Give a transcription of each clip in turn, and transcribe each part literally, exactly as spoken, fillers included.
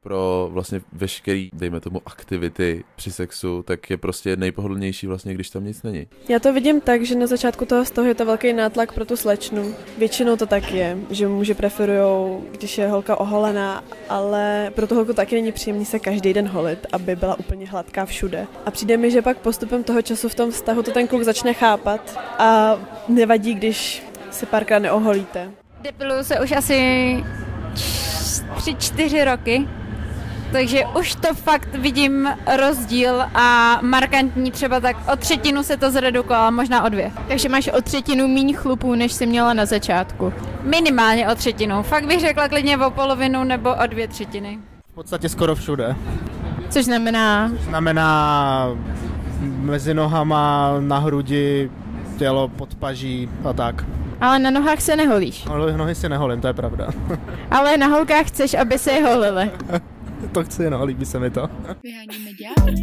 pro vlastně veškerý, dejme tomu, aktivity při sexu, tak je prostě nejpohodlnější vlastně, když tam nic není. Já to vidím tak, že na začátku toho z toho je to velký nátlak pro tu slečnu. Většinou to tak je, že muži preferujou, když je holka oholená, ale pro tu holku taky není příjemný se každý den holit, aby byla úplně hladká všude. A přijde mi, že pak postupem toho času v tom vztahu to ten kluk začne chápat a nevadí, když se párkrát neoholíte. Depiluju se už asi tři, čtyři roky, takže už to fakt vidím rozdíl a markantní, třeba tak o třetinu se to zredukovalo, možná o dvě. Takže máš o třetinu míň chlupů, než jsi měla na začátku. Minimálně o třetinu, fakt bych řekla klidně o polovinu nebo o dvě třetiny. V podstatě skoro všude. Což znamená? Znamená mezi nohama, na hrudi, tělo, podpaží a tak. Ale na nohách se neholíš. Ale nohy si neholím, to je pravda. Ale na holkách chceš, aby se je holily. To chci, no, líbí se mi to. Vyháníme ďábly.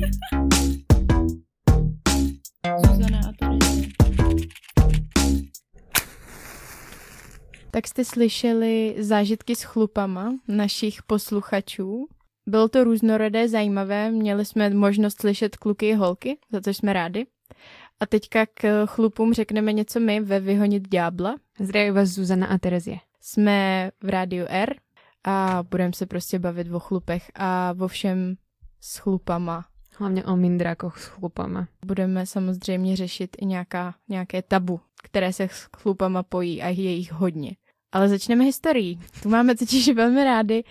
Zuzana a Terezie. Tak jste slyšeli zážitky s chlupama našich posluchačů. Bylo to různorodé, zajímavé, měli jsme možnost slyšet kluky i holky, za to jsme rádi. A teďka k chlupům řekneme něco my ve Vyhonit ďábla. Zdraví vás Zuzana a Terezie. Jsme v Rádiu R a budeme se prostě bavit o chlupech a o všem s chlupama. Hlavně o mindrákoch s chlupama. Budeme samozřejmě řešit i nějaká, nějaké tabu, které se s chlupama pojí a je jich hodně. Ale začneme historií. Tu máme totiž velmi rádi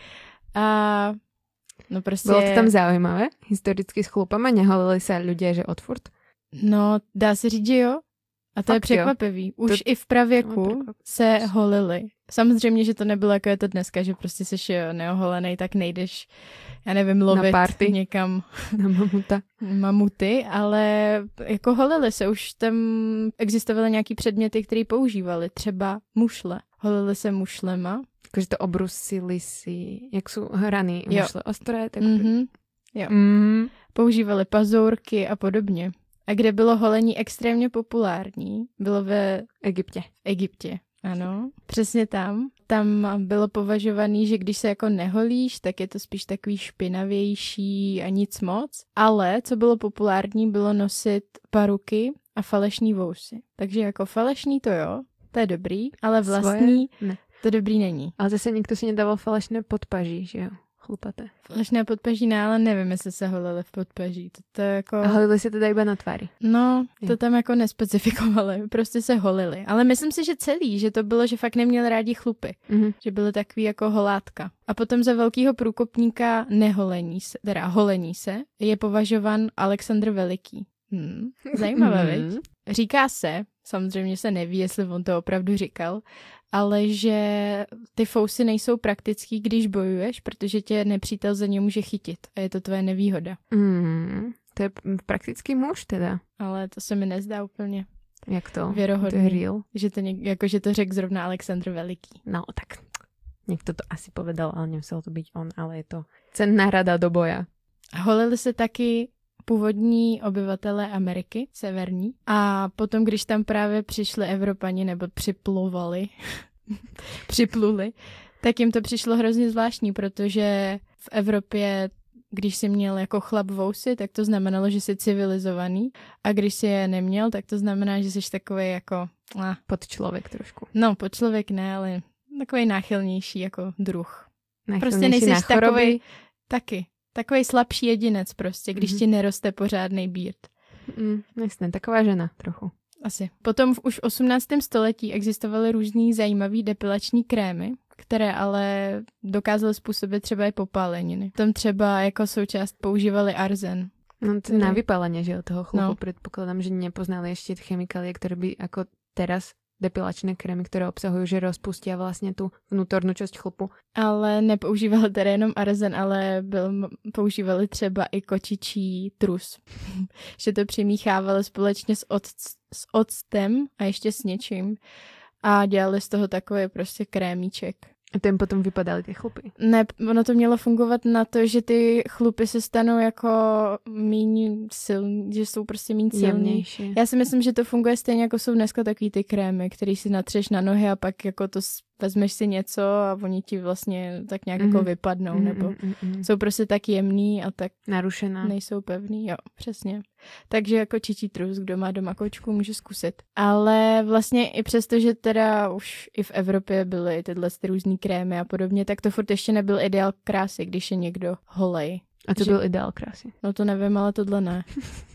a no prostě... Bylo to tam zaujímavé? Historicky s chlupama neholili se lidé, že odfurt? No, dá se říct, že jo. A to Fakt je překvapivý. Jo. Už to... i v pravěku se holili. Samozřejmě, že to nebylo jako je to dneska, že prostě jsi neoholenej, tak nejdeš, já nevím, lovit někam na mamuta. mamuty, ale jako holili se. Už tam existovaly nějaký předměty, které používali. Třeba mušle. Holili se mušlema. Jakože to obrusili si, jak jsou hrany mušle ostré. Tak... Mm-hmm. Jo. Mm-hmm. Používali pazourky a podobně. A kde bylo holení extrémně populární, bylo ve Egyptě. V Egyptě, ano. Přesně tam. Tam bylo považovaný, že když se jako neholíš, tak je to spíš takový špinavější a nic moc. Ale co bylo populární, bylo nosit paruky a falešní vousy. Takže jako falešný to jo, to je dobrý, ale vlastní ne. To dobrý není. Ale zase někdo si nedával falešné podpaží, že jo? Chlupaté. Falešné podpaží, ne, ale nevím, jestli se holili v podpaží. To, to jako... A holili se teda iba na tváři. No, to jo. tam jako nespecifikovali, prostě se holili. Ale myslím si, že celý, že to bylo, že fakt neměli rádi chlupy. Mm-hmm. Že byly takový jako holátka. A potom za velkýho průkopníka neholení se, teda holení se, je považovan Alexandr Veliký. Hmm, zajímavé, mm-hmm. viď? Říká se, samozřejmě se neví, jestli on to opravdu říkal, ale že ty fousy nejsou praktický, když bojuješ, protože tě nepřítel za ně může chytit a je to tvoje nevýhoda. Mm, to je praktický muž teda. Ale to se mi nezdá úplně jak to? věrohodný. To je real. Že to, něk, jako, že to řekl zrovna Alexandr Veliký. No tak někdo to asi povedal, ale nemusel to být on, ale je to cenná rada do boja. Holili se taky původní obyvatelé Ameriky, severní. A potom, když tam právě přišli Evropani, nebo připlovali, připluli, tak jim to přišlo hrozně zvláštní, protože v Evropě, když jsi měl jako chlap vousy, tak to znamenalo, že jsi civilizovaný. A když jsi je neměl, tak to znamená, že jsi takový jako... Ah, podčlověk trošku. No, podčlověk ne, ale takový náchylnější jako druh. Náchylnější prostě nejsi na choroby. Takovej, taky. Takový slabší jedinec prostě, když mm-hmm. ti neroste pořádnej bírt. Mm, jasně, taková žena trochu. Asi. Potom v už v osmnáctém století existovaly různý zajímavý depilační krémy, které ale dokázaly způsobit třeba i popáleniny. Tam třeba jako součást používali arzen. No to na vypálenie, že od toho chlupu no. Predpokladám, že nepoznali ešte chemikálie, ktoré by ako teraz depilačné krémy, ktoré obsahujú, že rozpustia vlastne tú vnútornú časť chlupu. Ale nepoužívali teda jenom arzen, ale byl, používali třeba i kočičí trus. Že to přimíchávali společně s, oc, s octem a ještě s něčím. A dělali z toho takový prostě krémíček. A ten potom vypadaly ty chlupy? Ne, ono to mělo fungovat na to, že ty chlupy se stanou jako míň silný, že jsou prostě míň silný. Já si myslím, že to funguje stejně jako jsou dneska takový ty krémy, který si natřeš na nohy a pak jako to vezmeš si něco a oni ti vlastně tak nějak mm-hmm. jako vypadnou, Mm-hmm, nebo mm-hmm. jsou prostě tak jemný a tak narušená. Nejsou pevný, jo, přesně. Takže jako čičí trus, kdo má doma kočku, může zkusit. Ale vlastně i přesto, že teda už i v Evropě byly tyhle ty různý krémy a podobně, tak to furt ještě nebyl ideál krásy, když je někdo holej. A to že... byl ideál krásy. No to nevím, ale tohle ne.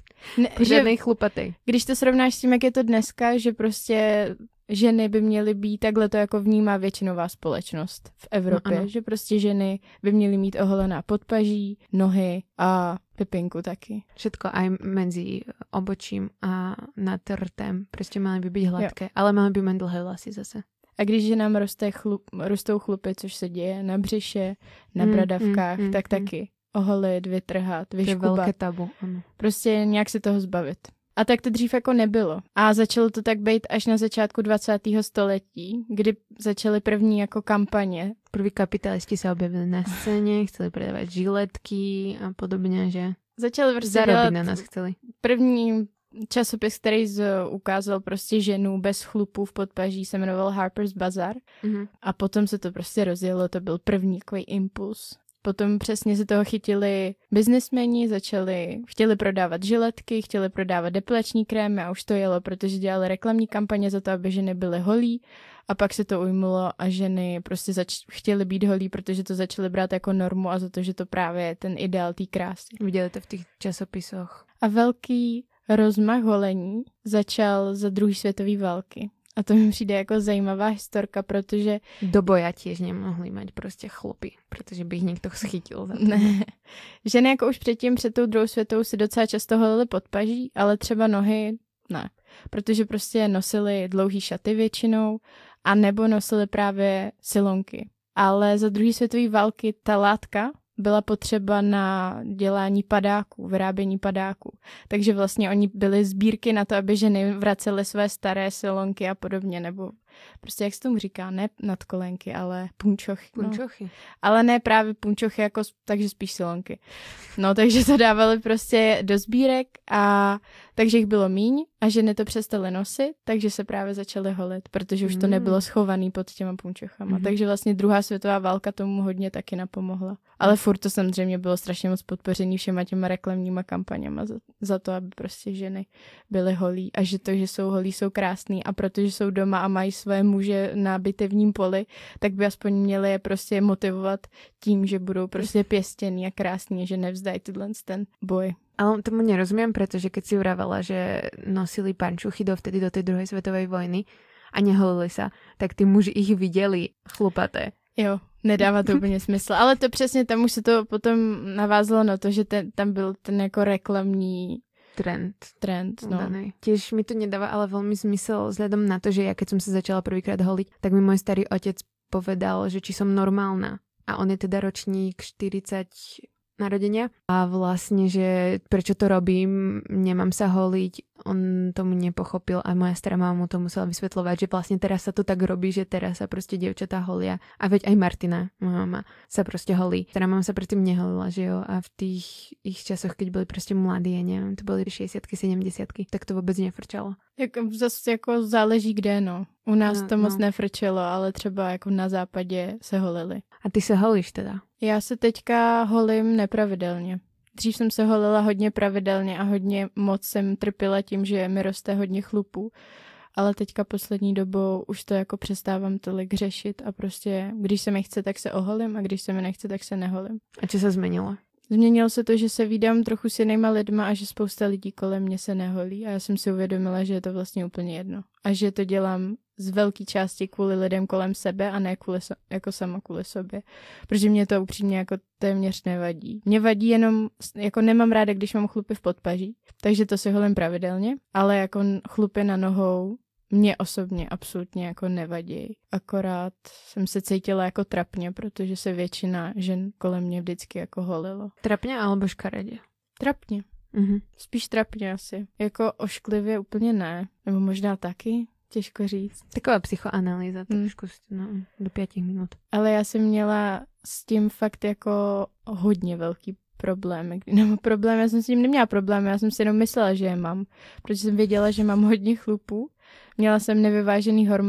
ne Žádnej chlupatej. Když to srovnáš s tím, jak je to dneska, že prostě ženy by měly být, takhle to jako vnímá většinová společnost v Evropě, no, že prostě ženy by měly mít oholená podpaží, nohy a pipinku taky. Všetko aj medzi obočím a nad rtem. Prostě mali by být hladké, jo. Ale mali by mít dlhé vlasy zase. A když ženám roste chlup, rostou chlupy, což se děje na břiše, na mm, bradavkách, mm, tak mm, taky oholit, vytrhat, vyškubat. To je velké tabu. Ano. Prostě nějak se toho zbavit. A tak to dřív jako nebylo. A začalo to tak být až na začátku dvacátého století, kdy začaly první jako kampaně. Prví kapitalisti se objevili na scéně, chceli prodávat žiletky a podobně, že? Začali prostě zarobit na nás chceli. První časopis, který z, ukázal prostě ženu bez chlupů v podpaží, se jmenoval Harper's Bazaar. Mm-hmm. A potom se to prostě rozjelo, to byl první takový impuls. Potom přesně se toho chytili biznismeni, začali, chtěli prodávat žiletky, chtěli prodávat depilační krémy a už to jelo, protože dělali reklamní kampaně za to, aby ženy byly holí a pak se to ujmulo a ženy prostě zač- chtěly být holí, protože to začaly brát jako normu a za to, že to právě je ten ideál té krásy. Viděli to v těch časopisoch. A velký rozmach holení začal za druhé světové války. A to mi přijde jako zajímavá historka, protože... Do boja tiež nemohli mať prostě chlupy, protože by ich někdo schytil. Za to. Ne. Ženy jako už předtím, před tou druhou světovou si docela často holily podpaží, ale třeba nohy ne. Protože prostě nosily dlouhý šaty většinou a nebo nosily právě silonky. Ale za druhé světové války ta látka byla potřeba na dělání padáků, vyrábění padáků. Takže vlastně oni byly sbírky na to, aby ženy vracely své staré silonky a podobně, nebo prostě jak se tomu říká, ne nadkolenky, ale punčochy. Punčochy. No. Ale ne právě punčochy, jako, takže spíš silonky. No, takže to dávali prostě do sbírek a takže jich bylo míň a ženy to přestaly nosit, takže se právě začaly holit, protože už to nebylo schovaný pod těma punčochama. Mm. Takže vlastně druhá světová válka tomu hodně taky napomohla. Ale furt to samozřejmě bylo strašně moc podpoření všema těma reklamníma kampaněma za, za to, aby prostě ženy byly holí a že to, že jsou holí, jsou krásný a protože jsou doma a mají své muže na bitevním poli, tak by aspoň měli je prostě motivovat tím, že budou prostě pěstěný a krásný, že nevzdají tenhle ten boj. Ale tomu nerozumiem, pretože keď si vravala, že nosili pančuchy dovtedy do tej druhej svetovej vojny a neholili sa, tak tí muži ich videli chlupaté. Jo, nedává to úplně smysl. Ale to přesně, tam už se to potom navázalo na to, že ten, tam byl ten jako reklamní trend. Trend, no. Danej. Tiež mi to nedáva ale veľmi zmysel vzhľadom na to, že ja keď som sa začala prvýkrát holiť, tak mi môj starý otec povedal, že či som normálna. A on je teda ročník štyridsať narodenia a vlastne, že prečo to robím, nemám sa holiť, on tomu nepochopil a moja stará mama mu to musela vysvetľovať, že vlastne teraz sa to tak robí, že teraz sa proste dievčatá holia a veď aj Martina, moja mama, sa proste holí. Stará mama sa predtým neholila, že jo, a v tých ich časoch, keď boli proste mladí, ja neviem, to boli šesťdesiatky, sedemdesiatky, tak to vôbec nefrčalo. Jak, zase jako záleží kde, no. U nás no, to moc no. nefrčelo, ale třeba jako na západě se holili. A ty se holíš teda? Já se teďka holím nepravidelně. Dřív jsem se holila hodně pravidelně a hodně moc jsem trpěla tím, že mi roste hodně chlupů. Ale teďka poslední dobou už to jako přestávám tolik řešit a prostě, když se mi chce, tak se oholím a když se mi nechce, tak se neholím. A co se změnilo? Změnilo se to, že se vídám trochu s jinýma lidma a že spousta lidí kolem mě se neholí a já jsem si uvědomila, že je to vlastně úplně jedno. A že to dělám z velké části kvůli lidem kolem sebe a ne kvůli so, jako sama kvůli sobě. Protože mě to upřímně jako téměř nevadí. Mě vadí jenom, jako nemám ráda, když mám chlupy v podpaží, takže to si holím pravidelně, ale jako chlupy na nohou mě osobně absolutně jako nevadí. Akorát jsem se cítila jako trapně, protože se většina žen kolem mě vždycky jako holilo. Trapně alebo škaredě? Trapně. Mhm. Spíš trapně asi. Jako ošklivě úplně ne. Nebo možná taky. Těžko říct. Taková psychoanalýza, trošku hmm. no, do pěti minut. Ale já jsem měla s tím fakt jako hodně velký problémy. Nebo problém, já jsem s tím neměla problém, já jsem si jenom myslela, že je mám. Protože jsem věděla, že mám hodně chlupů. Měla jsem nevyvážený hormony,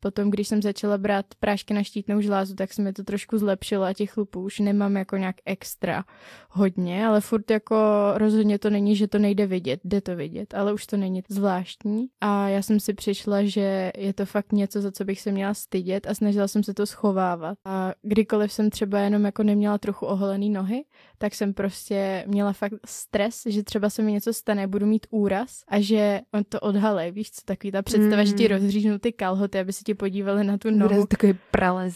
potom, když jsem začala brát prášky na štítnou žlázu, tak se mi to trošku zlepšilo a těch chlupů už nemám jako nějak extra hodně, ale furt jako rozhodně to není, že to nejde vidět, jde to vidět, ale už to není zvláštní a já jsem si přišla, že je to fakt něco, za co bych se měla stydět a snažila jsem se to schovávat. A kdykoliv jsem třeba jenom jako neměla trochu oholený nohy, tak jsem prostě měla fakt stres, že třeba se mi něco stane, budu mít úraz a že on to odhalej, víš co, takový ta představa, mm. že ti rozříznou ty kalhoty, aby se ti podívali na tu nohu. Takový pralez.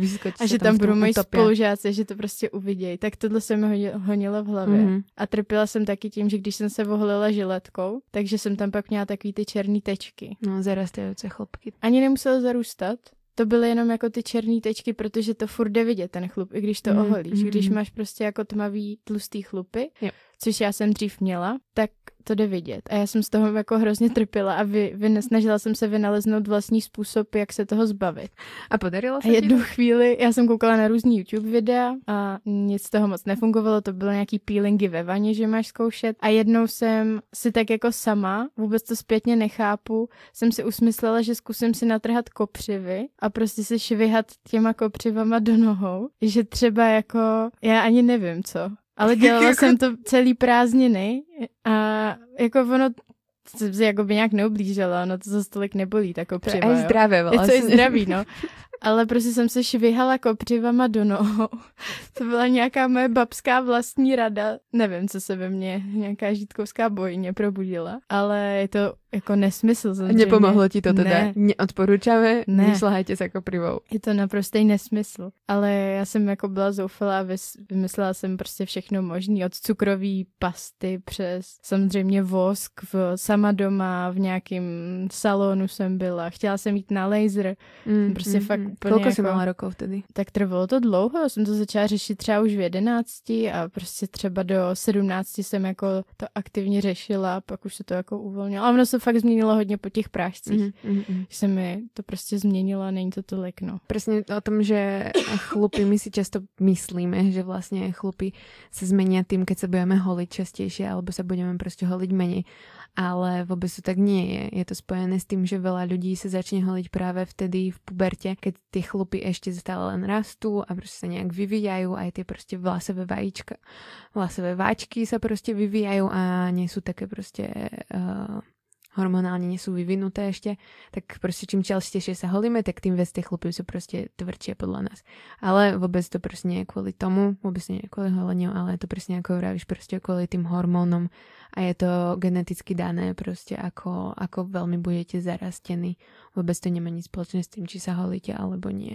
A že tam budou moji spolužáci, že to prostě uvidějí. Tak tohle se mi honilo v hlavě. Mm. A trpěla jsem taky tím, že když jsem se oholila žiletkou, takže jsem tam pak měla takový ty černý tečky. No, zarastající chlupky. Ani nemuselo zarůstat. To byly jenom jako ty černý tečky, protože to furt jde vidět, ten chlup, i když to mm, oholíš. Mm, když máš prostě jako tmavý tlustý chlupy, jo. Což já jsem dřív měla, tak to jde vidět. A já jsem z toho jako hrozně trpěla a vy, vy snažila jsem se vynaleznout vlastní způsob, jak se toho zbavit. A podarilo se a jednu ti? chvíli, já jsem koukala na různý YouTube videa a nic z toho moc nefungovalo, to bylo nějaký peelingy ve vaně, že máš zkoušet. A jednou jsem si tak jako sama, vůbec to zpětně nechápu, jsem si usmyslela, že zkusím si natrhat kopřivy a prostě si švihat těma kopřivama do nohou, že třeba jako, já ani nevím co. Ale dělala jsem to celý prázdniny a jako ono jsem si jako by nějak neublížila, ono to zase tolik nebolí, ta kopřiva. To je zdravé vlastně. Je to i zdraví, no. Ale prostě jsem se švihala kopřivama do nohou. To byla nějaká moje babská vlastní rada. Nevím, co se ve mně, nějaká žítkovská bojně probudila. Ale je to jako nesmysl. Samozřejmě. Nepomohlo ti to teda? Ne. Neodporúčame? Ne. Nešľahajte sa kopřivou. Je to naprostý nesmysl. Ale já jsem jako byla zoufalá a vymyslela jsem prostě všechno možný. Od cukrový pasty přes samozřejmě vosk, v, sama doma, v nějakém salonu jsem byla. Chtěla jsem jít na laser. Mm, prostě mm, fakt mm. úplně Koľko jako... jsi mala rokov vtedy? Tak trvalo to dlouho. Já jsem to začala řešit třeba už v jedenácti a prostě třeba do sedmnácti jsem jako to aktivně řešila, pak už se to jako uvolnilo. A ono se fakt změnilo hodně po těch prášcích. Mm, mm, mm. Že se mi to prostě změnilo a není to tolik, no. Presne o tom, že chlupy, my si často myslíme, že vlastne chlupy sa zmenia tým, keď sa budeme holiť častejšie, alebo sa budeme proste holiť menej. Ale vôbec to tak nie je. Je to spojené s tým, že veľa ľudí sa začne holiť práve vtedy v puberte, keď tie chlupy ešte stále len rastú a proste sa nejak vyvíjajú, aj tie proste vlasové vajíčka, vlasové váčky sa proste vyvíjajú a nie sú také proste... Uh, hormonálne nie sú vyvinuté ešte, tak proste čím častejšie sa holíme, tak tým viac tie chlupy sú proste tvrdšie podľa nás. Ale vôbec to proste nie je kvôli tomu, vôbec nie je kvôli holeniu, ale je to presne ako vravíš, proste kvôli tým hormónom a je to geneticky dané proste ako, ako veľmi budete zarastení. Vôbec to nemá nič spoločné s tým, či sa holíte alebo nie.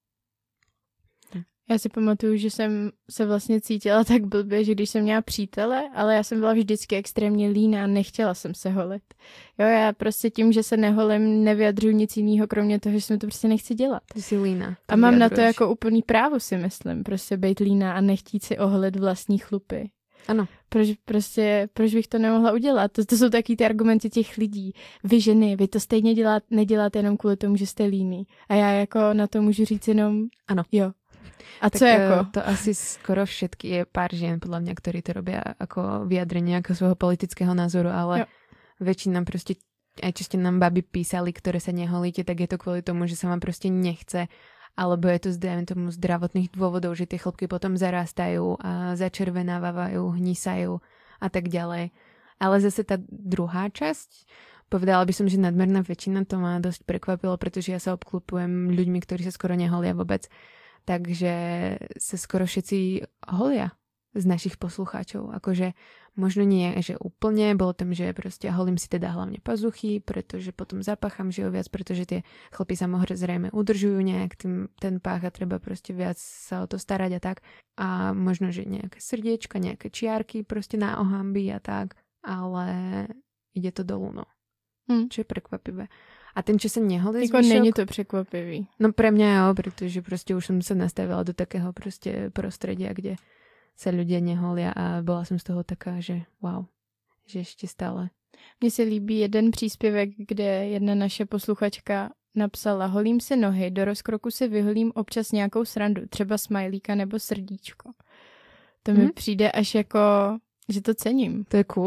Já si pamatuju, že jsem se vlastně cítila tak blbě, že když jsem měla přítele, ale já jsem byla vždycky extrémně líná a nechtěla jsem se holit. Jo, já prostě tím, že se neholím, nevyjadřuju nic jiného, kromě toho, že jsem to prostě nechci dělat. Ty jsi líná. A mám na to jako úplný právo, si myslím, prostě být líná a nechtít si oholit vlastní chlupy. Ano. Proč, prostě, proč bych to nemohla udělat? To, to jsou taky ty argumenty těch lidí. Vy ženy, vy to stejně dělat, neděláte jenom kvůli tomu, že jste líný. A já jako na to můžu říct jenom ano. Jo. A tak co jako? To asi skoro všetky je pár žien, podľa mňa, ktorí to robia ako vyjadrenie ako svojho politického názoru, ale jo. Väčšina proste, aj čo ste nám baby písali, ktoré sa neholíte, tak je to kvôli tomu, že sa vám proste nechce, alebo je to z tomu zdravotných dôvodov, že tie chlopky potom zarastajú a začervenávajú, hnisajú a tak ďalej. Ale zase tá druhá časť, povedala by som, že nadmerná väčšina, to ma dosť prekvapilo, pretože ja sa obklupujem ľuďmi, ktorí sa skoro neholia vôbec. Takže sa skoro všetci holia z našich poslucháčov. Akože možno nie, že úplne, bolo tam, že proste holím si teda hlavne pazuchy, pretože potom zapácham, že jo viac, pretože tie chlpy samozrejme udržujú nejak tým, ten pách a treba proste viac sa o to starať a tak. A možno, že nejaké srdiečka, nejaké čiarky proste na ohamby a tak, ale ide to dolu, no. Hm. Čo je prekvapivé. A ten, čo sa neholí jako zvyšok... není to překvapivý. No pre mňa jo, pretože proste už som sa nastavila do takého proste prostredia, kde sa ľudia neholia a bola som z toho taká, že wow, že ešte stále. Mně se líbí jeden příspěvek, kde jedna naše posluchačka napsala: holím si nohy, do rozkroku si vyholím občas nějakou srandu, třeba smajlíka nebo srdíčko. To mi hmm? přijde až jako, že to cením. To je cool.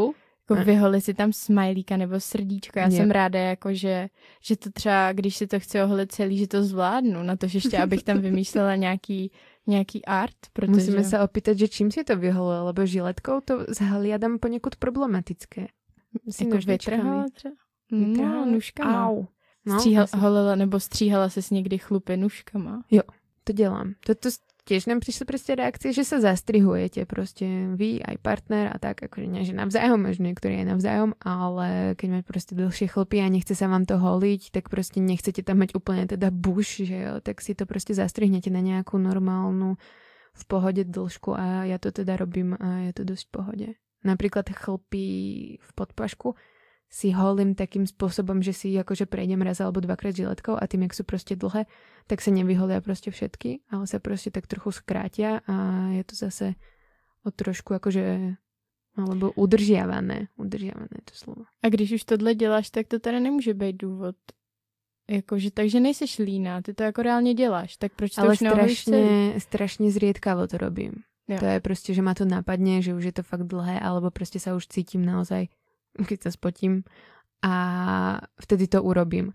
Jako vyholit si tam smajlíka nebo srdíčko. Já Je. jsem ráda, jako že, že to třeba, když si to chci oholit celý, že to zvládnu. Na to, že ještě abych tam vymýšlela nějaký, nějaký art. Protože... Musíme sa opýtať, že čím si to vyholila, lebo žiletkou to zhliadam poněkud problematické. Si jako nožničkami. vytrhala třeba? Vytrhala? No, nůžkama. Au. No, Stříhal, asi. holila, nebo stříhala ses někdy chlupy nůžkama? To dělám. Toto tiež nám prišli proste reakcie, že sa zastrihujete proste vy, aj partner a tak, akože nie, že navzájom, možno niektorí aj navzájom, ale keď máte proste dlhšie chlpy a nechce sa vám to holiť, tak proste nechcete tam mať úplne teda buš, že jo, tak si to proste zastrihnete na nejakú normálnu v pohode dĺžku a ja to teda robím a je to dosť v pohode. Napríklad chlpy v podpašku si holím takým spôsobom, že si akože prejdem raz alebo dvakrát žiletkou a tým, jak sú proste dlhé, tak sa nevyholia proste všetky, ale sa proste tak trochu skrátia a je to zase o trošku akože alebo udržiavané. Udržiavané to slovo. A když už tohle děláš, tak to teda nemůže být důvod. Jakože, takže nejseš líná, ty to jako reálně děláš, tak proč to ale už neoholíš celý? strašne, strašne zriedkavo to robím. Jo. To je proste, že ma to napadne, že už je to fakt dlhé, alebo proste sa už cítim naozaj, keď sa spotím a vtedy to urobím.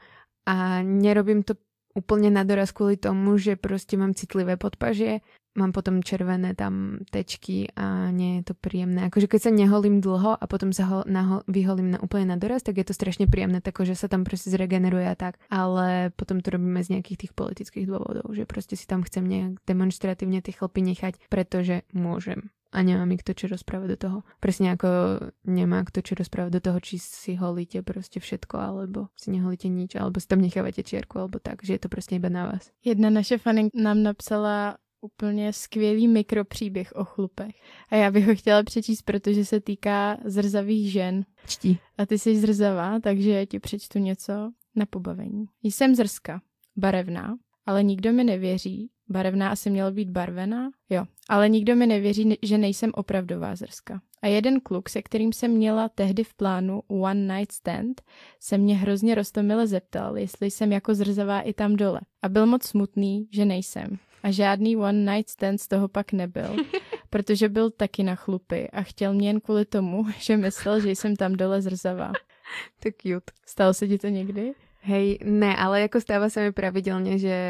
A nerobím to úplne na doraz kvôli tomu, že proste mám citlivé podpažie, mám potom červené tam tečky a nie je to príjemné. Akože keď sa neholím dlho a potom sa ho, naho, vyholím na, úplne na doraz, tak je to strašne príjemné, takže sa tam proste zregeneruje a tak. Ale potom to robíme z nejakých tých politických dôvodov, že proste si tam chcem nejak demonstratívne tie chlpy nechať, pretože môžem. A nemá mi kto čo rozprávať do toho. Presne ako nemá kto čo rozprávať do toho, či si holíte proste všetko, alebo si neholíte nič, alebo si tam nechávate čierku, alebo tak, že je to proste iba na vás. Jedna naše faninka nám napsala úplně skvělý mikropříběh o chlupech. A já bych ho chtěla přečíst, protože se týká zrzavých žen. Čti. A ty jsi zrzavá, takže ti přečtu něco na pobavení. Jsem zrzka, barevná, ale nikdo mi nevěří. Barevná asi mělo být barvená? Jo. Ale nikdo mi nevěří, že nejsem opravdová zrzka. A jeden kluk, se kterým jsem měla tehdy v plánu one night stand, se mě hrozně roztomile zeptal, jestli jsem jako zrzavá i tam dole. A byl moc smutný, že nejsem. A žádný one night stand z toho pak nebyl, protože byl taky na chlupy a chtěl mě jen kvůli tomu, že myslel, že jsem tam dole zrzavá. To cute. Stalo se ti to někdy? Hej, ne, ale ako stáva sa mi pravidelne, že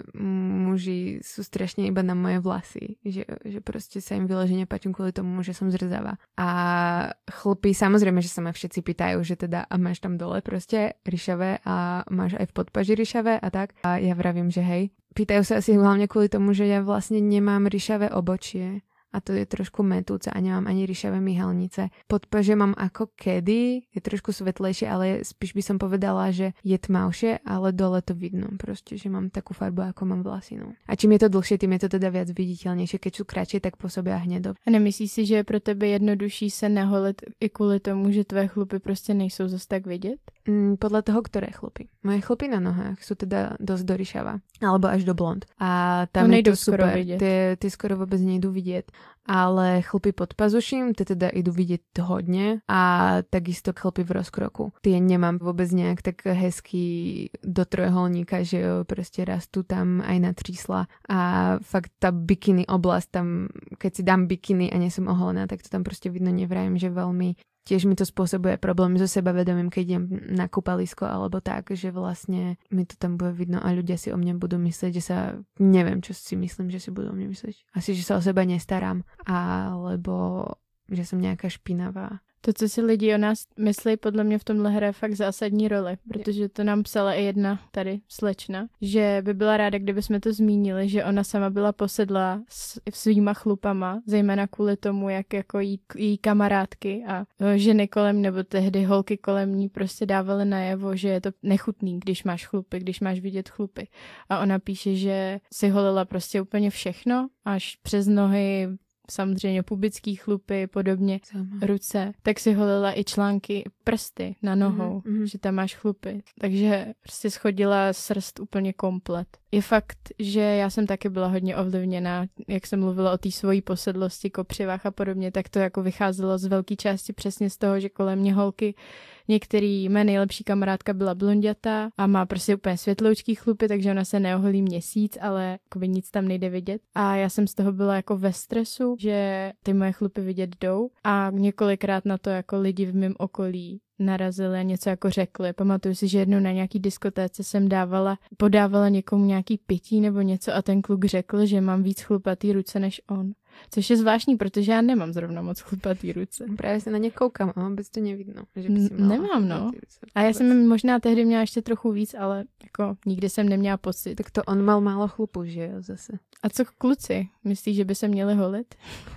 muži sú strašne iba na moje vlasy. Že, že proste sa im vyložene páčim kvôli tomu, že som zrzavá. A chlpy, samozrejme, že sa ma všetci pýtajú, že teda a máš tam dole proste ryšavé a máš aj v podpaži ryšavé a tak. A ja vravím, že hej. Pýtajú sa asi hlavne kvôli tomu, že ja vlastne nemám ryšavé obočie. A to je trošku metúce a nemám ani ryšavé myhalnice. Podpaže mám ako kedy, je trošku svetlejšie, ale spíš by som povedala, že je tmavšie, ale dole to vidno proste, že mám takú farbu, ako mám vlasy. No. A čím je to dlhšie, tým je to teda viac viditeľnejšie, keď sú kratšie, tak pôsobia hnedo. A nemyslíš si, že je pro tebe jednodušší se naholit i kvůli tomu, že tvoje chlupy prostě nejsou zas tak vidět? Mm, podľa toho, ktoré chlupy. Moje chlupy na nohách sú teda dosť do ryšava, alebo až do blond. A tam no, je to skoro super. vidieť. Tie, tie skoro vôbec nejdú vidieť. Ale chlupy pod pazuším, tie teda idú vidieť hodne a takisto chlupy v rozkroku. Tie nemám vôbec nejak tak hezky do trojuholníka, že jo, proste rastú tam aj na třísla a fakt tá bikiny oblasť tam, keď si dám bikiny a nie som oholená, tak to tam proste vidno, nevrajím, že veľmi. Tiež mi to spôsobuje problémy so sebavedomím, keď idem na kúpalisko alebo tak, že vlastne mi to tam bude vidno a ľudia si o mne budú myslieť, že sa, neviem, čo si myslím, že si budú o mne myslieť. Asi, že sa o seba nestarám, alebo že som nejaká špinavá. To, co si lidi o nás myslí, podle mě v tomhle hraje fakt zásadní roli, protože to nám psala i jedna tady slečna, že by byla ráda, kdyby jsme to zmínili, že ona sama byla posedlá s svýma chlupama, zejména kvůli tomu, jak jako jí, jí kamarádky a ženy kolem nebo tehdy holky kolem ní prostě dávaly najevo, že je to nechutný, když máš chlupy, když máš vidět chlupy. A ona píše, že si holila prostě úplně všechno, až přes nohy, samozřejmě pubický chlupy, podobně Sama. ruce, tak si holila i články prsty na nohou, mm-hmm. že tam máš chlupy. Takže prostě schodila srst úplně komplet. je fakt, že já jsem taky byla hodně ovlivněná, jak jsem mluvila o té svojí posedlosti, kopřivách a podobně, tak to jako vycházelo z velké části přesně z toho, že kolem mě holky, některý, mé nejlepší kamarádka byla blondětá a má prostě úplně světloučký chlupy, takže ona se neoholí měsíc, ale jakoby nic tam nejde vidět. A já jsem z toho byla jako ve stresu, že ty moje chlupy vidět jdou a několikrát na to jako lidi v mém okolí narazili a něco jako řekli. Pamatuju si, že jednou na nějaký diskotéce jsem dávala, podávala někomu nějaký pití nebo něco a ten kluk řekl, že mám víc chlupatý ruce než on. Což je zvláštní, protože já nemám zrovna moc chlupatý ruce. Právě se na ně koukám a vůbec to nevidno. Že by si mala Nemám, no. ruce. A já jsem možná tehdy měla ještě trochu víc, ale jako nikdy jsem neměla pocit. Tak to on mal málo chlupu, že jo, zase. A co kluci? Myslíš, že by se měli holit?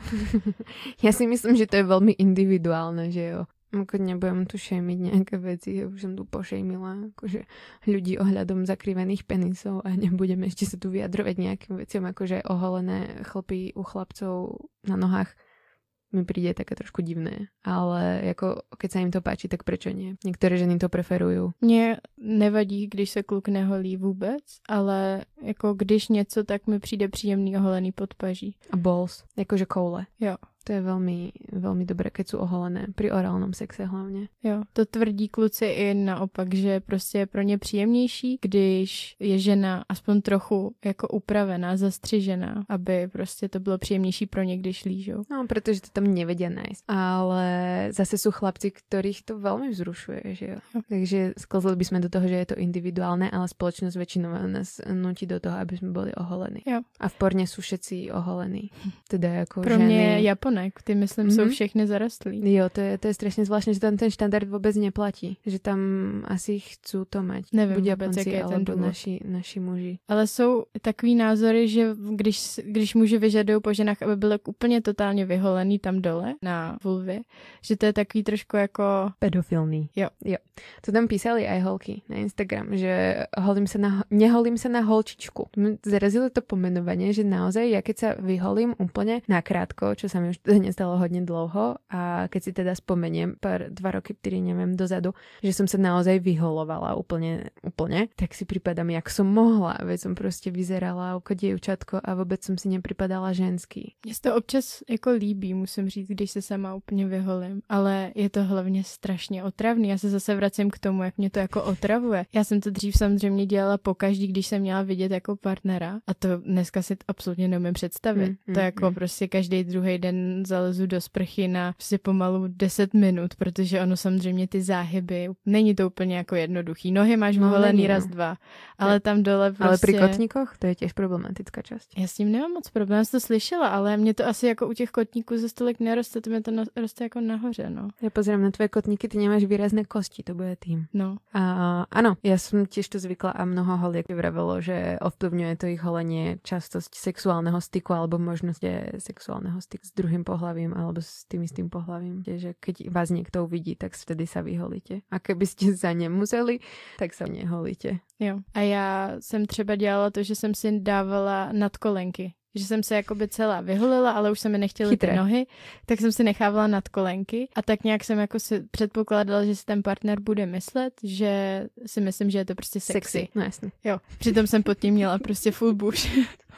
Ja si myslím, že to je veľmi individuálne, že jo. Ako nebudem tu šejmiť nejaké veci, ja už som tu pošejmila akože ľudí ohľadom zakrývených penisov a nebudem ešte sa tu vyjadrovať nejakým veciam, akože oholené chlpy u chlapcov na nohách mi príde také trošku divné, ale jako keď sa im to páči, tak prečo nie? Niektoré ženy to preferujú. Mně nevadí, když se kluk neholí vůbec, ale jako když něco, tak mi přijde příjemný oholený podpaží. A balls, akože koule. Jo. To je veľmi, veľmi dobré, keď sú oholené. Pri orálnom sexe hlavne. Jo, to tvrdí kluci i naopak, že prostě je pro ně příjemnější, když je žena aspoň trochu jako upravená, zastřižená, aby prostě to bylo příjemnější pro ně, když lížou. No, pretože to tam nevedia nájsť. Ale zase sú chlapci, ktorých to veľmi vzrušuje, že jo. jo. Takže sklzli by sme do toho, že je to individuálne, ale spoločnosť väčšinou nás nutí do toho, aby sme boli oholení. Jo. A v porne sú všetci oholení. Teda jako pro ženy. mě je Japonek, ty myslím mm-hmm. jsou všechny zarastlí. Jo, to je, to je strašne zvláštne, že tam ten štandard vôbec neplatí. Že tam asi chcú to mať. Nevím Buď vůbec, jaký je ten důvod. Naši, naši muži. Ale jsou takový názory, že když, když muži vyžadují po ženách, aby byly úplně totálně vyholený tam dole na vulvě, že to je takový trošku jako... Pedofilný. Jo. jo. To tam písali aj holky na Instagram, že holím sa na, neholím sa na holčičku. Zarazilo to pomenovanie, že naozaj ja keď sa vyholím úplne nakrátko, čo sa mi už nestalo hodne dlouho a keď si teda spomeniem pár dva roky, tri neviem dozadu, že som sa naozaj vyholovala úplne, úplne, tak si pripadám, jak som mohla, veď som proste vyzerala ako dievčatko a vôbec som si nepripadala ženský. Mně se to občas jako líbí, musím říct, když se sama úplně vyholím, ale je to hlavně strašně otravný. Já se zase vracím k tomu, jak mě to jako otravuje. Já jsem to dřív samozřejmě dělala pokaždý, když jsem měla vidět jako partnera a to dneska si absolutně neumím představit. Mm, to mm, jako mm. prostě každý druhý den zalezu do sprchy na prostě pomalu deset minut, protože ono samozřejmě ty záhyby, není to úplně jako jednoduchý. Nohy máš no, vyholený no. raz, dva, ale ne. tam dole prostě... Ale pri kotníkoch to je tiež problematická časť. Já s tím nemám moc problém, já jsem to slyšela, ale mě to asi jako u těch kotníků ze stolik neroste, to mě to roste jako nahoře, no. Ja pozerám na tvoje kotníky, ty nemáš výrazné kosti, to bude tým. No. A áno, ja som tiež to zvykla a mnoho holiek vravelo, že ovplyvňuje to ich holenie častosť sexuálneho styku alebo možnosť sexuálneho styku s druhým pohlavím alebo s tým istým pohlavím. Že keď vás niekto uvidí, tak vtedy sa vyholíte. A keby ste sa nemuseli, tak sa neholíte. Jo. A já jsem třeba dělala to, že jsem si dávala nadkolenky. Že jsem se jakoby celá vyholila, ale už se mi nechtěly ty nohy, tak jsem si nechávala nadkolenky a tak nějak jsem jako si předpokládala, že si ten partner bude myslet, že si myslím, že je to prostě sexy. Sexy, no jasně. Jo, přitom jsem pod tím měla prostě full bush.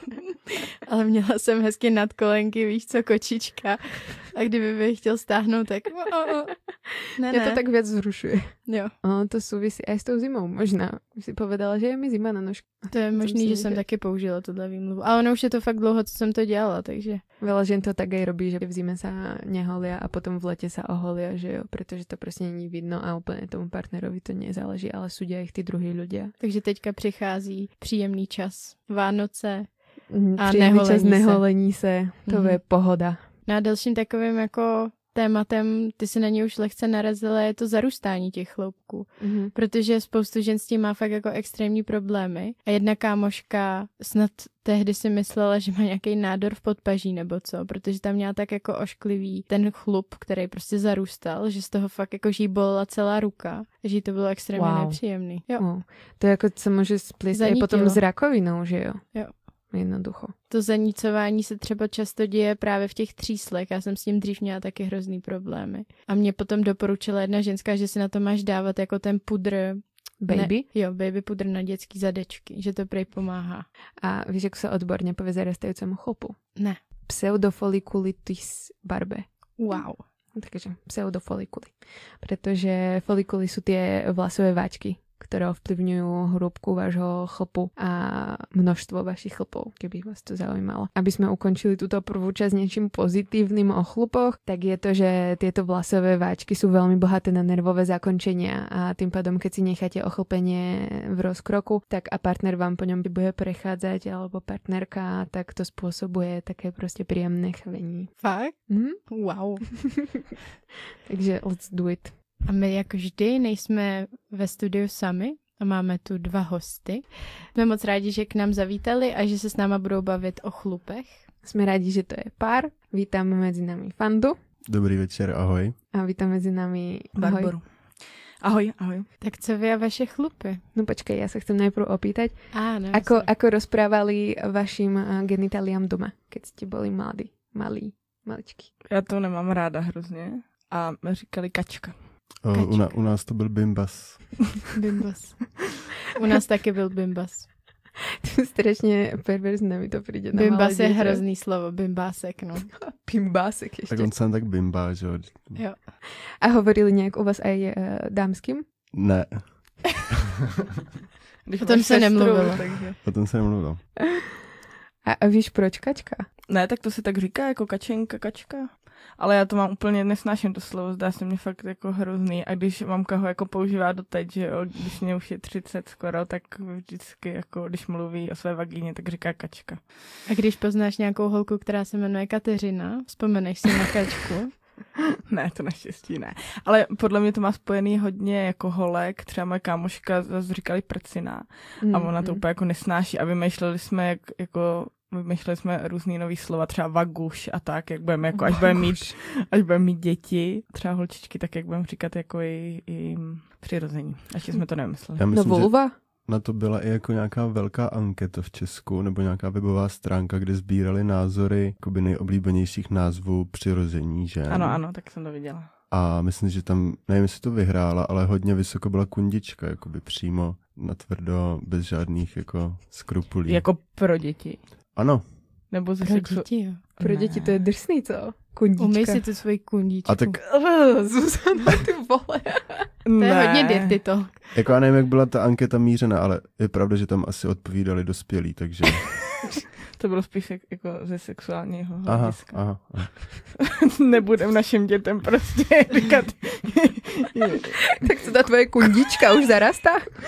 Ale měla jsem hezky nadkolenky, víš co, kočička. A kdyby bych chtěl stáhnout, tak... Ne, Mňa ne. to tak viac zrušuje. Jo. O, to súvisí aj s tou zimou možná. Už si povedala, že je mi zima na nožku. To je možný, že jsem taky použila tohle výmluvu. Ale ono už je to fakt dlouho, co jsem to dělala, takže... Veľa žien to tak aj robí, že v zime sa neholia a potom v lete sa oholia, že jo, pretože to prostě není vidno a úplně tomu partnerovi to nezáleží, ale súdia ich tí druhí ľudia. Takže teďka přichází příjemný čas. Vánoce a Příjemný neholení čas se. neholení se. To Mhm. je pohoda. No a dalším takovým jako tématem, ty si na ně už lehce narazila, je to zarůstání těch chloupků. Mhm. Protože spoustu žen s tím má fakt jako extrémní problémy. A jedna kámoška snad tehdy si myslela, že má nějaký nádor v podpaží nebo co, protože tam měla tak jako ošklivý ten chlup, který prostě zarůstal, že z toho fakt jako jí bolela celá ruka, že jí to bylo extrémně Wow. nepříjemný. Jo. Wow. To je ako sa môže splísť aj Zanítilo. potom s rakovinou, že jo? Jo. Jednoducho. To zanícování se třeba často děje právě v těch tříslech. Já jsem s tím dřív měla taky hrozný problémy. A mě potom doporučila jedna ženská, že si na to máš dávat jako ten pudr Baby? Ne, jo, baby pudr na dětský zadečky, že to prej pomáhá. A víš, jak sa odborne povie zarastajúcemu chlpu? Ne. Pseudofolikulitis barbe. Wow. Takže pseudofolikuly. Pretože folikuly sú tie vlasové váčky, ktoré ovplyvňujú hrúbku vášho chlpu a množstvo vašich chlpov, keby vás to zaujímalo. Aby sme ukončili túto prvú časť niečím pozitívnym o chlupoch, tak je to, že tieto vlasové váčky sú veľmi bohaté na nervové zakončenia a tým pádom, keď si necháte ochlpenie v rozkroku, tak a partner vám po ňom bude prechádzať alebo partnerka, tak to spôsobuje také proste príjemné chvení. Fakt? Hm? Wow. Takže let's do it. A my jako vždy nejsme ve studiu sami a máme tu dva hosty. Jsme moc rádi, že k nám zavítali a že se s náma budou bavit o chlupech. Jsme rádi, že to je pár. Vítáme mezi nami Fandu. Dobrý večer, ahoj. A vítám mezi nami Barboru. Ahoj, ahoj. Tak co vy a vaše chlupy? No počkej, ja sa chcem najprv opýtať. Á, no, ako, ako rozprávali vašim genitáliám doma, keď ste boli mladí, malí, maličky? Já to nemám ráda hrozně a říkali kačka. O, u, na, u nás to byl bimbas. Bimbas. U nás taky byl bimbas. To je strašně perverzné, mi to přijde. Bimbas je hrozný slovo, bimbásek, no. Bimbásek ještě. Tak on sám tak bimbá, že jo? Jo. A hovorili nějak u vás aj uh, dámským? Ne. Když o tom se nemluvilo. Takže... O tom se nemluvilo. A, a víš proč kačka? Ne, tak to se tak říká, jako kačenka, kačka. Ale já to mám úplně, nesnáším to slovo, zdá se mě fakt jako hrozný. A když mamka ho jako používá doteď, že jo, když mě už je třicet skoro, tak vždycky jako, když mluví o své vagíně, tak říká kačka. A když poznáš nějakou holku, která se jmenuje Kateřina, vzpomeneš si na kačku? Ne, to naštěstí ne. Ale podle mě to má spojený hodně jako holek, třeba moje kámoška zase říkali prcina Mm, a ona to mm. úplně jako nesnáší a vymýšleli jsme jak, jako vymýšleli jsme různý nový slova, třeba vaguš a tak, jak budeme jako, až budeme mít, až budeme mít děti, třeba holčičky, tak jak budeme říkat jako i, i přirození. Ještě jsme to nevymysleli. Já myslím, no vulva? že na to byla i jako nějaká velká anketa v Česku, nebo nějaká webová stránka, kde sbírali názory jakoby nejoblíbenějších názvů přirození žen. Ano, ano, tak jsem to viděla. A myslím, že tam, nevím, jestli to vyhrála, ale hodně vysoko byla kundička, jakoby přímo natvrdo, bez žádných jako skrupulí. Jako pro děti. Ano. Nebo ze Pro sexu... děti, jo. Pro Ne. děti to je drsný, co? Kundička. Umej si tu svoji kundičku. A tak Uh, Zuzana, ty vole. To je hodně dirty to. jako já nevím, jak byla ta anketa mířena, ale je pravda, že tam asi odpovídali dospělí, takže... To bylo spíš jak- jako ze sexuálního Aha, hlediska. aha, aha. Nebudem našim dětem prostě říkat... Tak to ta tvoje kundička už zarastá?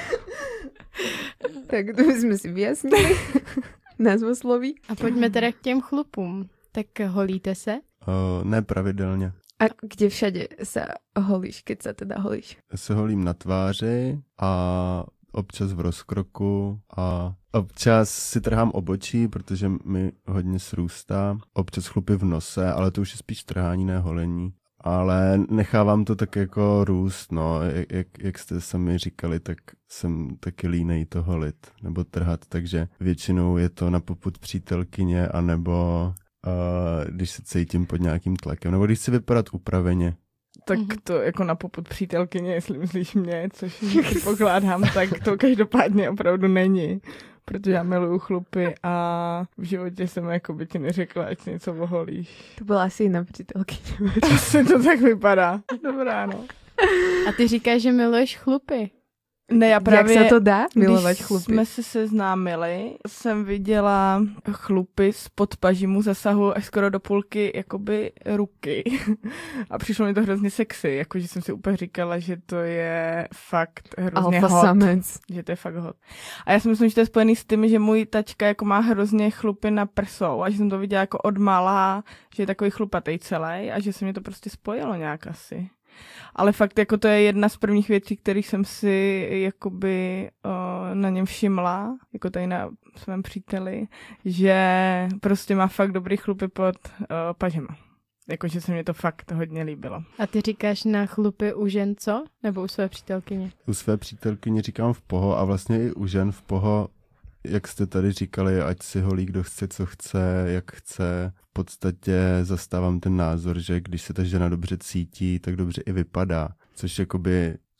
Tak to jsme si vyjasnili. Názvosloví. A pojďme teda k těm chlupům. Tak holíte se? Uh, ne pravidelně. A kde všade sa holíš, keď sa teda holíš? Se holím na tváři a občas v rozkroku a občas si trhám obočí, protože mi hodně srůstá. Občas chlupy v nose, ale to už je spíš trhání, ne holení. Ale nechávám to tak jako růst, no, jak, jak, jak jste sami říkali, tak jsem taky línej to holit nebo trhat, takže většinou je to na popud přítelkyně, anebo uh, když se cítím pod nějakým tlakem, nebo když chci vypadat upraveně. Tak to jako na popud přítelkyně, jestli myslíš mě, což pokládám, tak to každopádně opravdu není. Protože já miluju chlupy a v životě jsem jako by ti neřekla, ať něco oholíš. To byla asi jiná přítelkyně. Asi to tak vypadá. Dobrá, no. A ty říkáš, že miluješ chlupy. Ne, já právě... Jak se to dá milovat Když chlupy? jsme se seznámili, jsem viděla chlupy z podpaží mu zasahu až skoro do půlky jakoby ruky. A přišlo mi to hrozně sexy, jakože jsem si úplně říkala, že to je fakt hrozně Alfa hot. samec. Že to je fakt hot. A já si myslím, že to je spojený s tím, že můj tačka jako má hrozně chlupy na prsou a že jsem to viděla jako od malá, že je takový chlupatej celý a že se mě to prostě spojilo nějak asi. Ale fakt jako to je jedna z prvních věcí, kterých jsem si jakoby o, na něm všimla, jako tady na svém příteli, že prostě má fakt dobrý chlupy pod o, pažema. Jakože se mě to fakt hodně líbilo. A ty říkáš na chlupy u žen co? Nebo u své přítelkyně? U své přítelkyně říkám v poho a vlastně i u žen v poho, jak jste tady říkali, ať si holí kdo chce, co chce, jak chce. V podstatě zastávám ten názor, že když se ta žena dobře cítí, tak dobře i vypadá. Což jakoby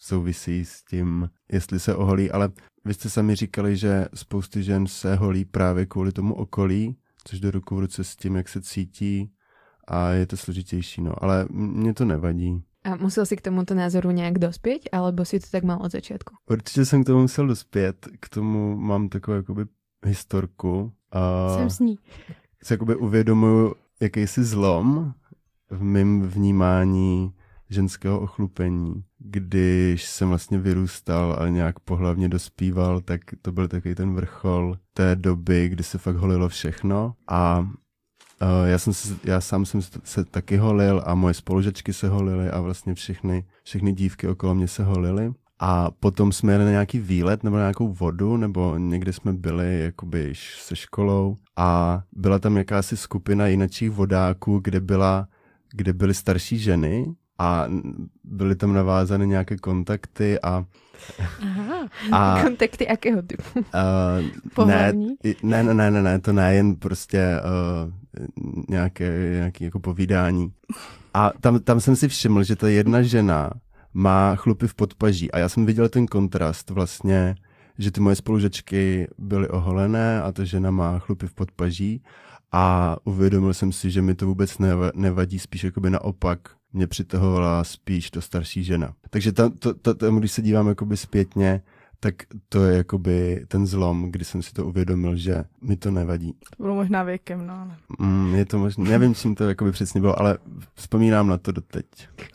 souvisí s tím, jestli se oholí, ale vy jste sami říkali, že spousty žen se holí právě kvůli tomu okolí, což jde ruku v ruce s tím, jak se cítí a je to složitější, no, ale mě to nevadí. A musel si k tomuto názoru nějak dospět, alebo si to tak mal od začátku? Určitě jsem k tomu musel dospět, k tomu mám takovou jakoby historku. A Jsem s ní. se jakoby uvědomuju jakýsi zlom v mém vnímání ženského ochlupení. Když jsem vlastně vyrůstal a nějak pohlavně dospíval, tak to byl takový ten vrchol té doby, kdy se fakt holilo všechno a uh, já, jsem se, já sám jsem se taky holil a moje spolužačky se holily a vlastně všechny, všechny dívky okolo mě se holily. A potom jsme jeli na nějaký výlet nebo na nějakou vodu, nebo někde jsme byli jakoby se školou a byla tam jakási skupina jinačích vodáků, kde, byla, kde byly starší ženy a byly tam navázány nějaké kontakty a... Aha, a kontakty jakého typu? Uh, ne, ne, ne, ne, ne, to ne, jen prostě uh, nějaké, nějaké jako povídání. A tam, tam jsem si všiml, že ta jedna žena má chlupy v podpaží a já jsem viděl ten kontrast vlastně, že ty moje spolužačky byly oholené a ta žena má chlupy v podpaží a uvědomil jsem si, že mi to vůbec nevadí, spíš jakoby naopak mě přitahovala spíš to starší žena. Takže tam, to, to, tam, když se dívám jakoby zpětně, tak to je jakoby ten zlom, kdy jsem si to uvědomil, že mi to nevadí. To bylo možná věkem, no ale... Mm, je to možná, nevím, čím to jakoby přesně bylo, ale vzpomínám na to doteď.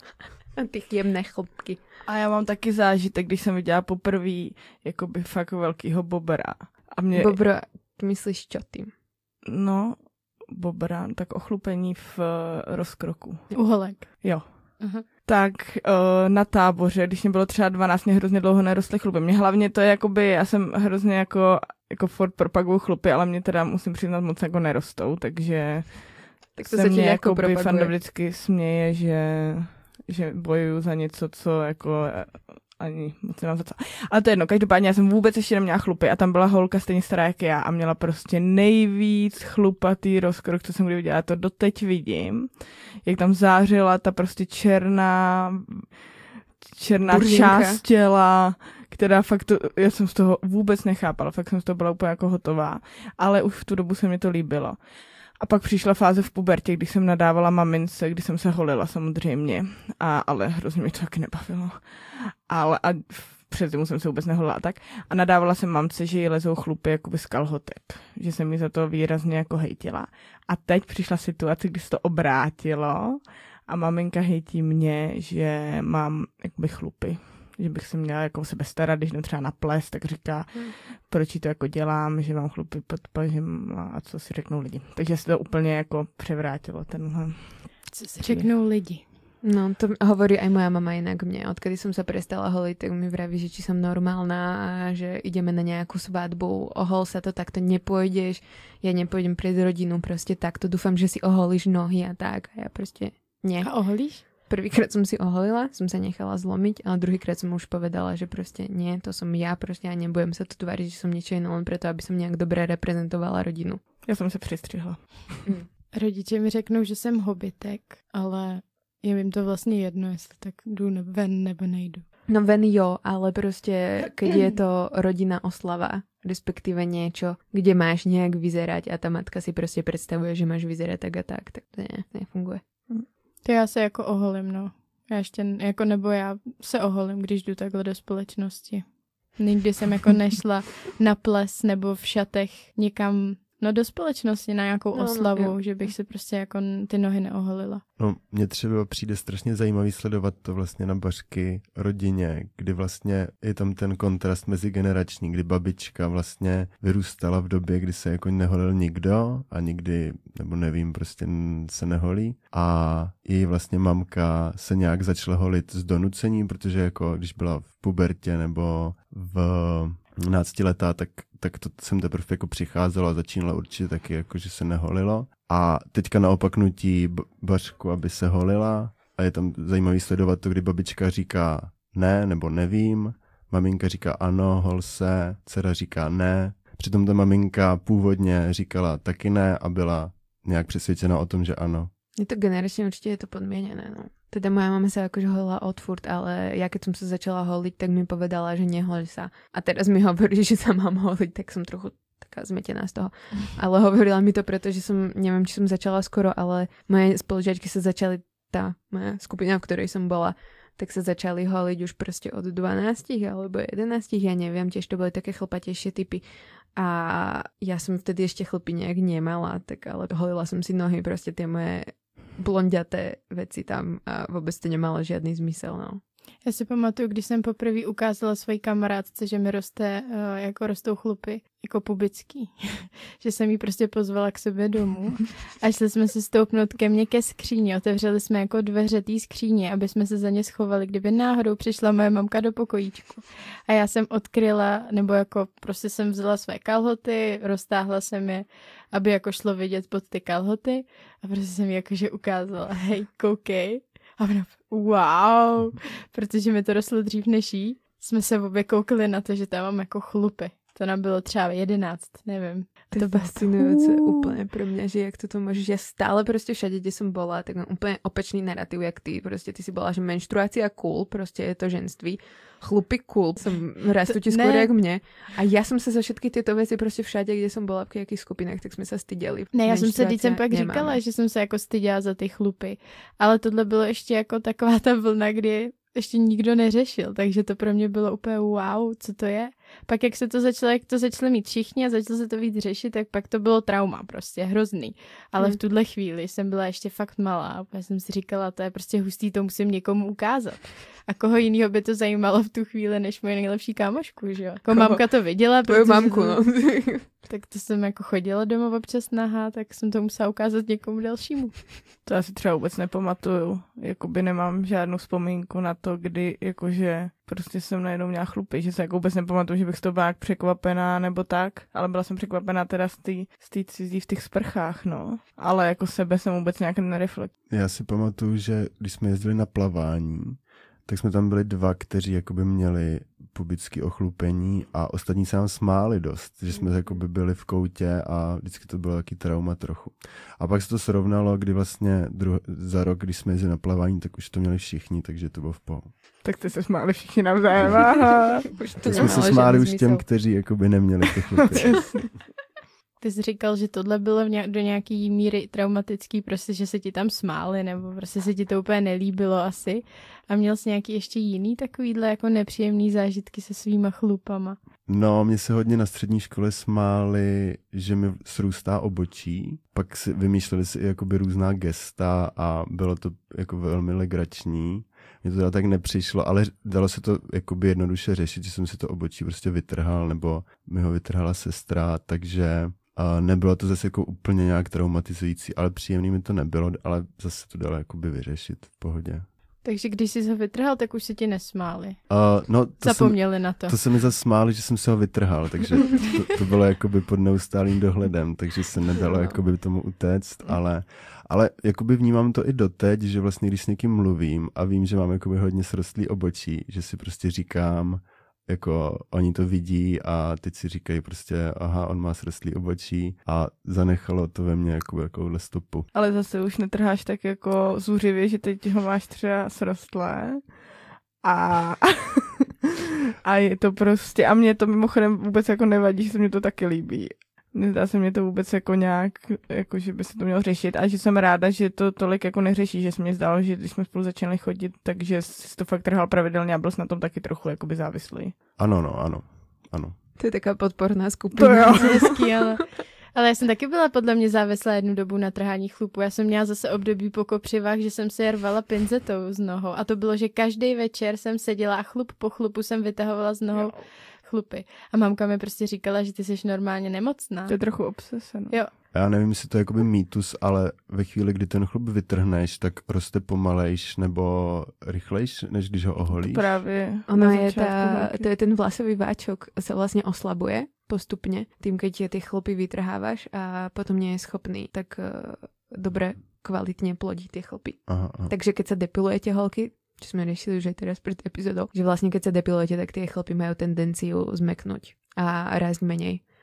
Ty jemné chlopky. A já mám taky zážitek, když jsem viděla poprvé jakoby fakt velkýho bobra. A mě... Bobra, myslíš čo tým? No, bobra, tak ochlupení v uh, rozkroku. Uholek. Jo. Aha. Tak uh, na táboře, když mě bylo třeba dvanáct, mě hrozně dlouho nerostly chlupy. Mě hlavně to je jakoby, já jsem hrozně jako, jako furt propaguju chlupy, ale mě teda musím přiznat moc jako nerostou, takže tak to se se mě jako jakoby propaguje. fanda vždycky směje, že, že bojuju za něco, co jako ani moc nemám za co. Ale to je jedno, každopádně já jsem vůbec ještě neměla chlupy a tam byla holka stejně stará jak já a měla prostě nejvíc chlupatý rozkrok, co jsem kdy viděla. Já to doteď vidím, jak tam zářila ta prostě černá černá Buržinka. část těla, která fakt, to, já jsem z toho vůbec nechápala, fakt jsem z toho byla úplně jako hotová, ale už v tu dobu se mi to líbilo. A pak přišla fáze v pubertě, kdy jsem nadávala mamince, kdy jsem se holila samozřejmě, a, ale hrozně mě to taky nebavilo. Ale a před zimu jsem se vůbec neholila a tak. A nadávala jsem mamce, že jí lezou chlupy jakoby z kalhotek, že jsem mi za to výrazně jako hejtila. A teď přišla situace, kdy se to obrátilo a maminka hejtí mě, že mám jakoby chlupy. Že bych se měla jako o sebe starat, když jdu třeba na ples, tak říká, hmm. proč to jako dělám, že mám chlupy pod pažím a co si řeknou lidi. Takže se to úplně jako převrátilo tenhle. Co si řeknou lidi? No, to hovorí aj moja mama inak mne. Odkedy som sa prestala holiť, tak mi vraví, že či som normálna a že ideme na nejakú svadbu, ohol sa to, takto nepôjdeš, ja nepôjdem pred rodinu, proste takto, dúfam, že si oholíš nohy a tak. A ja proste nie. A oholíš? Prvýkrát som si oholila, som sa nechala zlomiť, ale druhýkrát som už povedala, že proste nie, to som ja proste a nebudem sa tu tváriť, že som niečo iné len preto, aby som nejak dobre reprezentovala rodinu. Já jsem se přistřihla. Hmm. Rodiče mi řeknou, že jsem hobitek, ale je jim to vlastně jedno, jestli tak jdu ne- ven nebo nejdu. No ven jo, ale proste, keď je to rodinná oslava, respektíve niečo, kde máš nejak vyzerať a ta matka si proste predstavuje, že máš vyzerať tak a tak, tak to ne, nefunguje. To já se jako oholím, no. Já ještě, jako nebo já se oholím, když jdu takhle do společnosti. Nikdy jsem jako nešla na ples nebo v šatech někam, no do společnosti na nějakou no, oslavu, no, že bych si prostě jako ty nohy neoholila. No, mně třeba přijde strašně zajímavý sledovat to vlastně na bařky rodině, kdy vlastně je tam ten kontrast mezigenerační, kdy babička vlastně vyrůstala v době, kdy se jako neholil nikdo a nikdy, nebo nevím, prostě se neholí a její vlastně mamka se nějak začala holit z donucení, protože jako když byla v pubertě nebo v náctiletá, tak, tak to jsem teprve jako přicházelo a začínalo určitě taky jako, že se neholilo. A teďka naopak nutí b- bařku, aby se holila a je tam zajímavý sledovat to, kdy babička říká ne nebo nevím, maminka říká ano, hol se, dcera říká ne. Přitom ta maminka původně říkala taky ne a byla nějak přesvědčena o tom, že ano. Je to generačne určite je to podmienené, no. Teda moja mama sa akože holila od furt, ale ja keď som sa začala holiť, tak mi povedala, že nehoľ sa. A teraz mi hovorí, že sa mám holiť, tak som trochu taká zmetená z toho. Ale hovorila mi to preto, že som, neviem, či som začala skoro, ale moje spolužiačky sa začali, tá moja skupina, v ktorej som bola, tak sa začali holiť už proste od dvanástich alebo jedenástich, ja neviem, tiež to boli také chlpatejšie typy. A ja som vtedy ešte chlpy nejak nemala, tak ale holila som si nohy, proste tie moje blondiaté věci tam a vůbec to nemalo žádný zmysel, no. Já si pamatuju, když jsem poprvé ukázala své kamarádce, že mi roste, uh, jako rostou chlupy, jako pubický. Že jsem jí prostě pozvala k sobě domů a šli jsme si stoupnout ke mně ke skříni. Otevřeli jsme jako dveře té skříně, aby jsme se za ně schovali, kdyby náhodou přišla moje mamka do pokojíčku. A já jsem odkryla, nebo jako prostě jsem vzala své kalhoty, roztáhla jsem je, aby jako šlo vidět pod ty kalhoty a prostě jsem jí jakože ukázala, hej, koukej. A ona, wow, protože mi to rostlo dřív než jí, jsme se obě koukli na to, že tam mám jako chlupy. To nám bylo třeba jedenáct, nevím. To je fascinujúce úplne pre mňa, že jak toto môžeš. Ja stále proste všade, kde som bola, tak mám úplne opačný narratív, jak ty. Proste ty si bola, že menštruácia cool, proste je to ženství. Chlupy cool, som rastúti skôr jak mne. A ja som sa za všetky tieto veci proste všade, kde som bola v jakých skupinách, tak sme sa stydeli. Ne, já jsem se teď jsem pak nemáme. Říkala, že jsem se jako styděla za ty chlupy. Ale tohle bylo ještě jako taková ta vlna, kdy ještě nikdo neřešil, takže to pro mě bylo úplně wow, co to je. Pak jak se to začalo, jak to začali mít všichni a začalo se to víc řešit, tak pak to bylo trauma prostě, hrozný. Ale hmm. v tuhle chvíli jsem byla ještě fakt malá. Já jsem si říkala, to je prostě hustý, to musím někomu ukázat. A koho jinýho by to zajímalo v tu chvíli, než moje nejlepší kámošku, že jo? Jako mamka to viděla. Tvoju mamku, no. Tak to jsem jako chodila doma občas nahá, tak jsem to musela ukázat někomu dalšímu. To já si třeba vůbec nepamatuju. Jakoby nemám žádnou vzpomínku na to, kdy jakože prostě jsem najednou měla chlupy, že se jako vůbec nepamatuju, že bych z toho byla jak překvapená nebo tak, ale byla jsem překvapená teda z té z té cizí v těch sprchách, no. Ale jako sebe jsem vůbec nějak nereflektovala. Já si pamatuju, že když jsme jezdili na plavání, tak jsme tam byli dva, kteří jakoby měli pubické ochlupení a ostatní se nám smáli dost, že jsme jakoby byli v koutě a vždycky to bylo taky trauma trochu. A pak se to srovnalo, kdy vlastně druh- za rok, když jsme jezdili na plavání, tak už to měli všichni, takže to bylo v pohodě. Tak ty se smáli všichni navzájem. Už to jsme se smáli už těm, kteří jakoby neměli ty chlupy. Ty jsi říkal, že tohle bylo v nějak, do nějaký míry traumatický, prostě, že se ti tam smáli, nebo prostě se ti to úplně nelíbilo asi. A měl jsi nějaký ještě jiný takovýhle jako nepříjemný zážitky se svýma chlupama? No, mě se hodně na střední škole smáli, že mi srůstá obočí. Pak si vymýšleli si jakoby různá gesta a bylo to jako velmi legrační. Mně to teda tak nepřišlo, ale dalo se to jakoby jednoduše řešit, že jsem si to obočí prostě vytrhal, nebo mi ho vytrhala sestra, takže a nebylo to zase jako úplně nějak traumatizující, ale příjemný mi to nebylo, ale zase to dalo jakoby vyřešit v pohodě. Takže když jsi ho vytrhal, tak už se ti nesmáli. Uh, no, to Zapomněli jsem, na to. To se mi zase smáli, že jsem se ho vytrhal, takže to, to bylo jakoby pod neustálým dohledem, takže se nedalo jakoby tomu utéct, ale, ale jakoby vnímám to i doteď, že vlastně když s někým mluvím a vím, že mám jakoby hodně srostlý obočí, že si prostě říkám, jako oni to vidí a teď si říkají prostě, aha, on má srostlý obočí a zanechalo to ve mně jako jakouhle stopu. Ale zase už netrháš tak jako zuřivě, že teď ho máš třeba srostlé a a je to prostě, a mě to mimochodem vůbec jako nevadí, že se mi to taky líbí. Nezdá se mě to vůbec jako nějak, jako že by se to mělo řešit a že jsem ráda, že to tolik jako neřeší, že se mě zdálo, že když jsme spolu začali chodit, takže si to fakt trhal pravidelně a byl jsi na tom taky trochu jakoby závislý. Ano, no, ano, ano. To je taková podporná skupina. To jo. Hezký, ale... Ale já jsem taky byla podle mě závislá jednu dobu na trhání chlupů. Já jsem měla zase období po kopřivách, že jsem se je rvala pinzetou z nohou. A to bylo, že každý večer jsem seděla a chlup po chlupu jsem vytahovala z nohou chlupy. A mamka mi prostě říkala, že ty jsi normálně nemocná. To je trochu obsese, no. Jo. Já nevím, jestli to je jakoby mýtus, ale ve chvíli, kdy ten chlup vytrhneš, tak roste pomalejš nebo rychlejš, než když ho oholíš. To právě. Ono je ta, to je ten vlasový váčok, se vlastně oslabuje postupne, tým, keď tie chlopy vytrhávaš a potom nie je schopný tak uh, dobre, kvalitne plodiť tie chlopy. Aha, aha. Takže keď sa depilujete holky, čo sme riešili už aj teraz pred epizódou, že vlastne keď sa depilujete, tak tie chlopy majú tendenciu zmeknúť a rásť menej.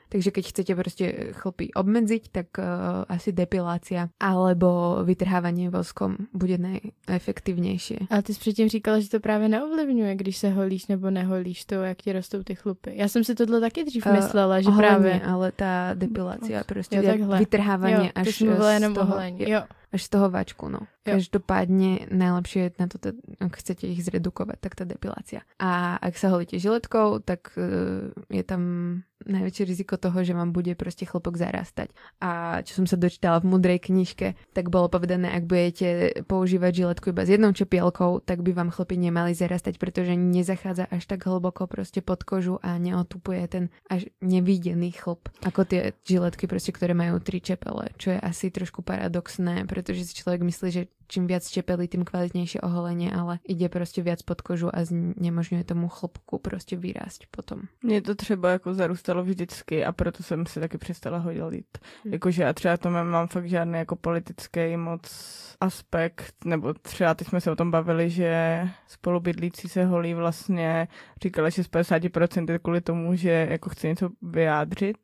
Takže keď chcete proste chlpy obmedziť, tak uh, asi depilácia alebo vytrhávanie voskom bude najefektivnější. Ale ty jsi předtím říkala, že to právě neovlivňuje, když se holíš nebo neholíš to, jak ti rostou ty chlupy. Já jsem si tohle taky dřív uh, myslela, že oholenie, právě... ale tá depilácia, prostě jo, takhle. vytrhávanie jo, až z toho, oholení. Jo. až z toho váčku, no. Jo. Každopádne najlepšie je na to, ak chcete ich zredukovať, tak tá depilácia. A ak sa holíte žiletkou, tak uh, je tam najväčšie riziko toho, že vám bude proste chlopok zarastať. A čo som sa dočítala v mudrej knižke, tak bolo povedané, ak budete používať žiletku iba s jednou čepielkou, tak by vám chlopy nemali zarastať, pretože nezachádza až tak hlboko proste pod kožu a neotupuje ten až nevidený chlop, ako tie žiletky proste, ktoré majú tri čepele, čo je asi trošku paradoxné, pretože si človek myslí, že čím viac čepelí, tým kvalitnejšie oholenie, ale ide prostě viac pod kožu a znemožňuje tomu chlopku prostě vyrásť potom. Mně to třeba jako zarůstalo vždycky a proto jsem si taky přestala hodit. Hmm. Jakože já třeba to mám fakt žádný jako politický moc aspekt, nebo třeba teď jsme se o tom bavili, že spolubydlící se holí vlastně, říkala, že z padesát procent je kvůli tomu, že jako chce něco vyjádřit.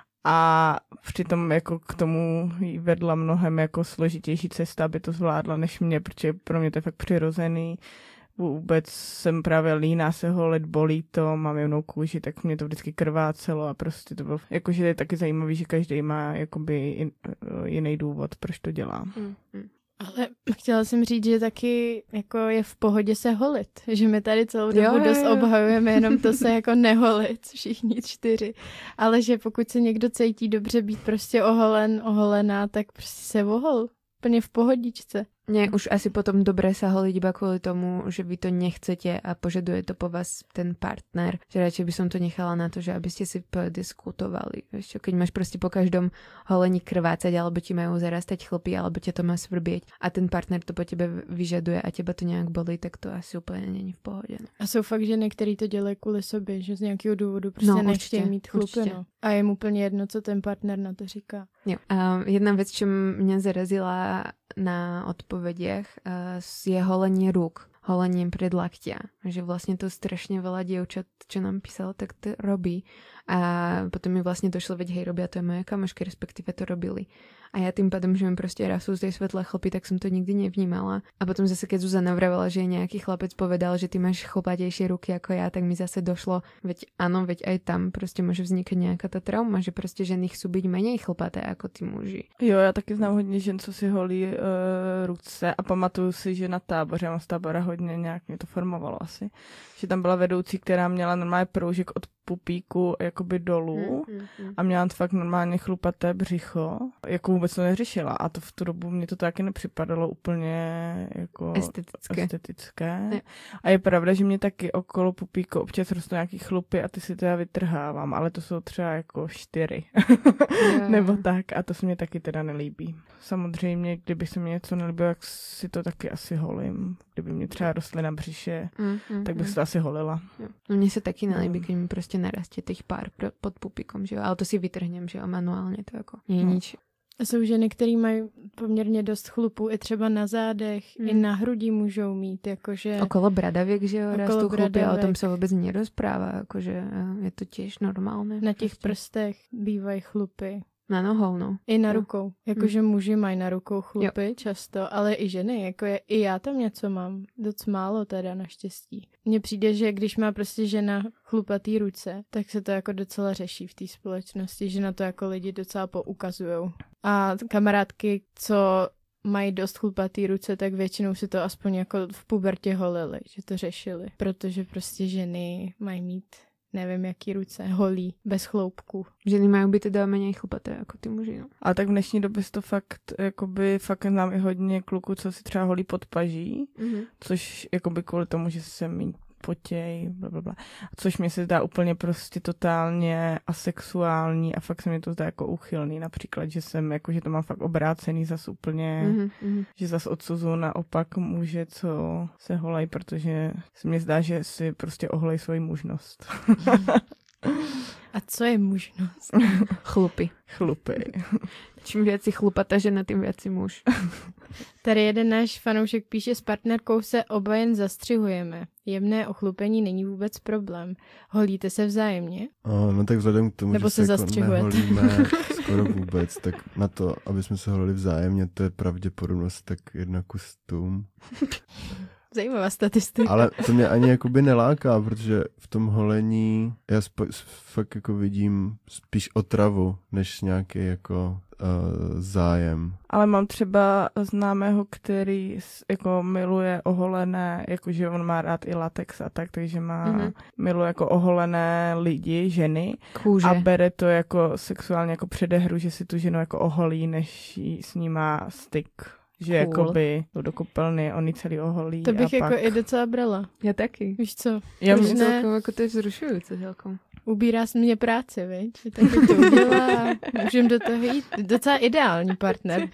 A přitom jako k tomu jí vedla mnohem jako složitější cesta, aby to zvládla než mě, protože pro mě to je fakt přirozený. Vůbec jsem právě líná se holit, bolí to, mám jemnou kůži, tak mě to vždycky krvácelo a prostě to bylo, jakože je taky zajímavý, že každý má jakoby jiný důvod, proč to dělá. Mm, mm. Ale chtěla jsem říct, že taky jako je v pohodě se holit, že my tady celou dobu jo, dost jo. obhajujeme jenom to se jako neholit, všichni čtyři, ale že pokud se někdo cítí dobře být prostě oholen, oholená, tak prostě se ohol, úplně v pohodičce. Nie, už asi potom dobré sa holiť iba kvôli tomu, že vy to nechcete a požaduje to po vás ten partner. Že radšej by som to nechala na to, že aby ste si podiskutovali. Ešte, keď máš proste po každom holení krvácať, alebo ti majú zarastať chlpy, alebo ťa to má svrbieť a ten partner to po tebe vyžaduje a teba to nejak bolí, tak to asi úplne není v pohode. A jsou fakt ženy, který to dělají kvůli sobě, že z nějakého důvodu prostě no, nechtějí mít chlupy. No. A je mu úplně jedno, co ten partner na to říká. Jo. A jedna vec, čo mňa zarazila na odpovediach, je holenie rúk, holením predlaktia. Že vlastne to strašne veľa dievčat, čo nám písalo, tak to robí. A potom mi vlastne došlo, veď hej, robia to aj moje kamošky, respektíve to robili. A ja tým pádom, že mi proste rasú z tej svetlé chlopy, tak som to nikdy nevnímala. A potom zase, keď Zuzana vravala, že nejaký chlapec povedal, že ty máš chlpatejšie ruky ako ja, tak mi zase došlo, veď áno, veď aj tam proste môže vznikať nejaká tá trauma, že proste ženy chcú byť menej chlpaté ako tí muži. Jo, já taky znám hodně žen, co si holí uh, ruce a pamatuju si, že na táboře, mám z tábora hodně nějak, mě to formovalo asi, že tam byla vedoucí, která měla normálně proužek od pupíku jakoby dolů mm, mm, mm. a měla fakt normálně chlupaté břicho, jako vůbec to neřešila a to v tu dobu mě to taky nepřipadalo úplně jako estetické. estetické. Ne. A je pravda, že mě taky okolo pupíku občas rostou nějaký chlupy a ty si teda vytrhávám, ale to jsou třeba jako čtyři nebo tak a to se mě taky teda nelíbí. Samozřejmě, kdyby se mi něco nelíbilo, jak si to taky asi holím. Kdyby mě třeba rostly na břiše, mm, mm, tak bych mm. se to asi holila. No, mně se taky nelíbí, když mi prostě narastě těch pár pod pupikom, že jo, ale to si vytrhnem, že jo, manuálně to jako není no. nič. Jsou ženy, které mají poměrně dost chlupů, i třeba na zádech, mm. i na hrudi můžou mít, jakože... Okolo bradaviek, že jo, rastou chlupy, ale o tom se vůbec nerozpráva, jakože je to těž normálné. Na těch prostě. prstech bývají chlupy. Na nohou, no. I na jo. rukou. Jakože mm. muži mají na rukou chlupy jo. často, ale i ženy. Jako je, i já tam něco mám. Doc málo teda naštěstí. Mně přijde, že když má prostě žena chlupatý ruce, tak se to jako docela řeší v té společnosti, že na to jako lidi docela poukazujou. A kamarádky, co mají dost chlupatý ruce, tak většinou si to aspoň jako v pubertě holili, že to řešili. Protože prostě ženy mají mít nevím, jaký ruce, holí, bez chloupku. Ženy mají být teda méně chlpaté jako ty muži, no. A tak v dnešní době to fakt, jakoby, fakt znám i hodně kluků, co si třeba holí pod paží, mm-hmm. což jakoby kvůli tomu, že se mít potěj, blablabla. Což mi se zdá úplně prostě totálně asexuální a fakt se mi to zdá jako úchylný. Například, že jsem, jako, že to mám fakt obrácený zas úplně, mm-hmm. že zas odsuzuju naopak muže, co se holají, protože se mi zdá, že si prostě oholej svoji mužnost. A co je mužnost? Chlupy. Chlupy. Čím viac si chlupatá žena, tým viac si muž. Tady jeden náš fanoušek píše, s partnerkou se oba jen zastřihujeme. Jemné ochlupení není vůbec problém. Holíte se vzájemně? O, no tak vzhledem k tomu, Nebo že se se jako zastřihujete? neholíme skoro vůbec, tak na to, aby jsme se holili vzájemně, to je pravděpodobnost tak jedna kus tům. Zajímavá statistika. Ale to mě ani jakoby neláká, protože v tom holení já spo- fakt jako vidím spíš otravu, než nějaký jako uh, zájem. Ale mám třeba známého, který s- jako miluje oholené, jakože on má rád i latex a tak, takže má, Mhm. miluje jako oholené lidi, ženy Kůže. a bere to jako sexuálně jako předehru, že si tu ženu jako oholí, než jí s ní má styk. Že Cool. jakoby jdou do koupelny, oni celý oholí To bych a jako pak... i docela brala. Ja taky. Víš co? Já Proč mě- ne? Celkom, ako to je vzrušujúce celkom. Ubírá se mě práci, viď? Že taky to udělá. Můžem do toho jít. Docela ideální partner.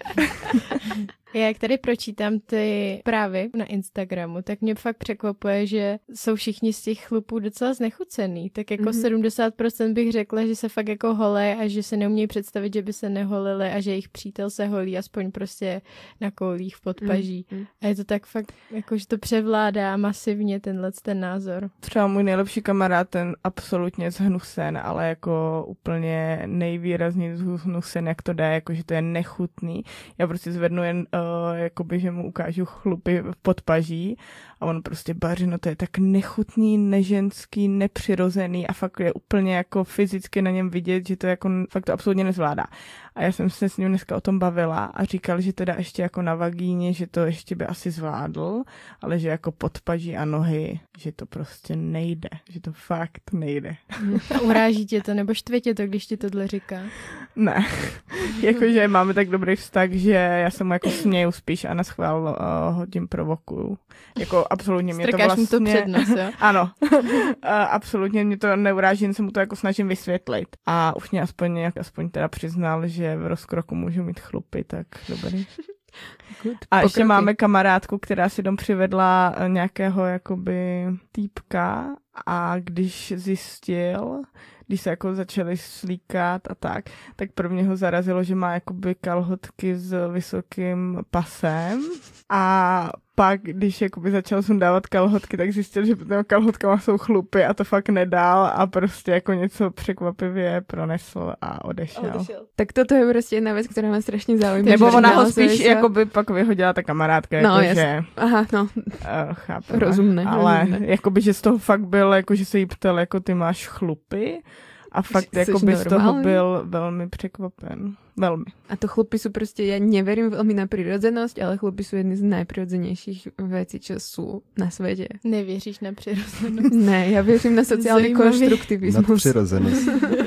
Já jak tady pročítám ty zprávy na Instagramu, tak mě fakt překvapuje, že jsou všichni z těch chlupů docela znechucený. Tak jako Mhm. mm-hmm. sedmdesát procent bych řekla, že se fakt jako holej a že se neumějí představit, že by se neholili a že jejich přítel se holí aspoň prostě na koulích v podpaží. Mm. A je to tak fakt, jako že to převládá masivně tenhle ten názor. Třeba můj nejlepší kamarád, ten absolutně zhnusen, ale jako úplně nejvýrazněji zhnusen, jak to jde, jakože to je nechutný. Já prostě zvednu jen, uh, jakoby, že mu ukážu chlupy v podpaží a on prostě baří, no to je tak nechutný, neženský, nepřirozený a fakt je úplně jako fyzicky na něm vidět, že to jako fakt to absolutně nezvládá. A já jsem se s ním dneska o tom bavila a říkal, že teda ještě jako na vagíně, že to ještě by asi zvládl, ale že jako podpaží a nohy, že to prostě nejde, že to fakt nejde. A uráží tě to, nebo štve tě to, když ti tohle říká? Ne, jakože máme tak dobrý vztah, že já se mu jako směju spíš a naschvál uh, ho tím provokuju. Jako absolutně mě to Strkáš vlastně... mu to před nos, jo? Ano, uh, absolutně mě to neuráží, jen se mu to jako snažím vysvětlit. A už mě aspoň nějak, aspoň teda přiznal, že v rozkroku můžu mít chlupy, tak dobrý. Good. A ještě Pokroky. máme kamarádku, která si dom přivedla eh, nějakého jakoby týpka a když zjistil, když se jako začali slíkat a tak, tak prvně ho zarazilo, že má jakoby kalhotky s vysokým pasem a pak, když jakoby začal sundávat kalhotky, tak zjistil, že pod těma kalhotkama jsou chlupy a to fakt nedal a prostě jako něco překvapivě pronesl a odešel. Tak toto je prostě jedna vec, ktorá ma strašne zaujíma. Nebo že ona ho naozaj spíš sa- jakoby pak vyhodila ta kamarádka, No, jako, jasne. že... Aha, no. Uh, chápeme. Rozumné, Ale rozumné. jakoby, že z toho fakt byl, jako, že se jí ptal, jako ty máš chlupy a fakt Že jsi jakoby z toho normální? byl velmi překvapen. Velmi. A to chlupy sú proste, ja neverím veľmi na prírodzenosť, ale chlupy sú jedny z najprirodzenejších vecí, čo sú na svete. Nevěříš na přirozenost. Ne, ja věřím na sociálny Zajímavý. konštruktivizmus. Nadpřirozenost.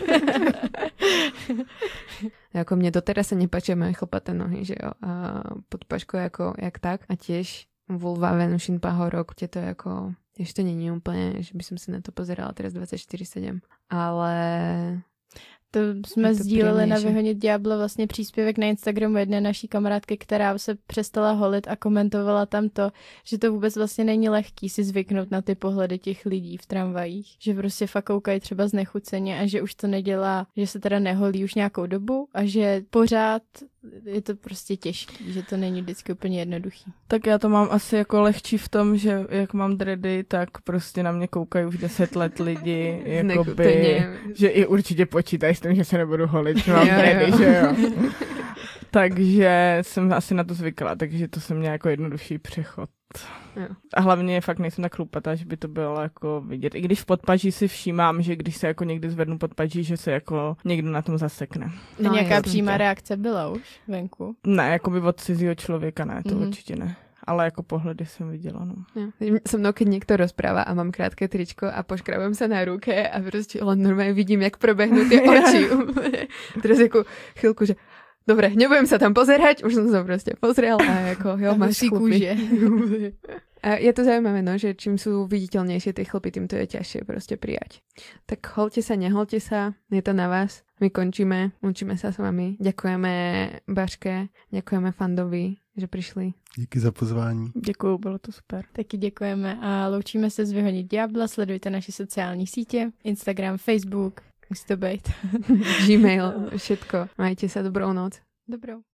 Ako mne doteraz sa nepáčia moje chlpaté nohy, že jo. A podpažko ako, jak tak. A tiež vulva Venušin pahorok, tie to ako... Tiež to není úplne, že by som si na to pozerala teraz dvadsaťštyri sedem. Ale... To jsme Je to sdíleli na příjemnější. Vyhonit ďábla vlastně příspěvek na Instagramu jedné naší kamarádky, která se přestala holit a komentovala tam to, že to vůbec vlastně není lehký si zvyknout na ty pohledy těch lidí v tramvajích. Že prostě fakt koukají třeba znechuceně a že už to nedělá, že se teda neholí už nějakou dobu a že pořád je to prostě těžký, že to není vždycky úplně jednoduchý. Tak já to mám asi jako lehčí v tom, že jak mám dready, tak prostě na mě koukají už deset let lidi, jakoby, Nechuteně. že i určitě počítají s tím, že se nebudu holit, že mám Jo, dready, jo. že jo. Takže jsem asi na to zvykla, takže to se mě jako jednodušší přechod. Jo. A hlavně fakt nejsem tak chlupatá, že by to bylo jako vidět. I když v podpaží si všímám, že když se jako někdy zvednu podpaží, že se jako někdo na tom zasekne. No, a nějaká jasně. přímá reakce byla už venku? Ne, jako by od cizího člověka, ne, to Mhm. určitě ne. Ale jako pohledy jsem viděla, no. Jo. So mnou, keď niekto rozpráva a mám krátke tričko a poškrabem sa na ruke a proste len normálne vidím, jak prebehnú tie oči. Teraz ako chvíľku, že dobre, nebudem sa tam pozerať, už som sa proste pozrel a ako, jo, A máš husí chlupy. kůže. A je to zaujímavé, no, že čím sú viditeľnejšie tie chlpy, tým to je ťažšie proste prijať. Tak holte sa, neholte sa, je to na vás. My končíme, učíme sa s vami. Ďakujeme Baške, ďakujeme Fandovi, že prišli. Díky za pozvání. Děkuju, bylo to super. Taky děkujeme a loučíme se z Vyhonit ďábla. Sledujte naše sociální sítě, Instagram, Facebook, musí to být. Gmail, všetko. Majte sa, dobrou noc. Dobrou.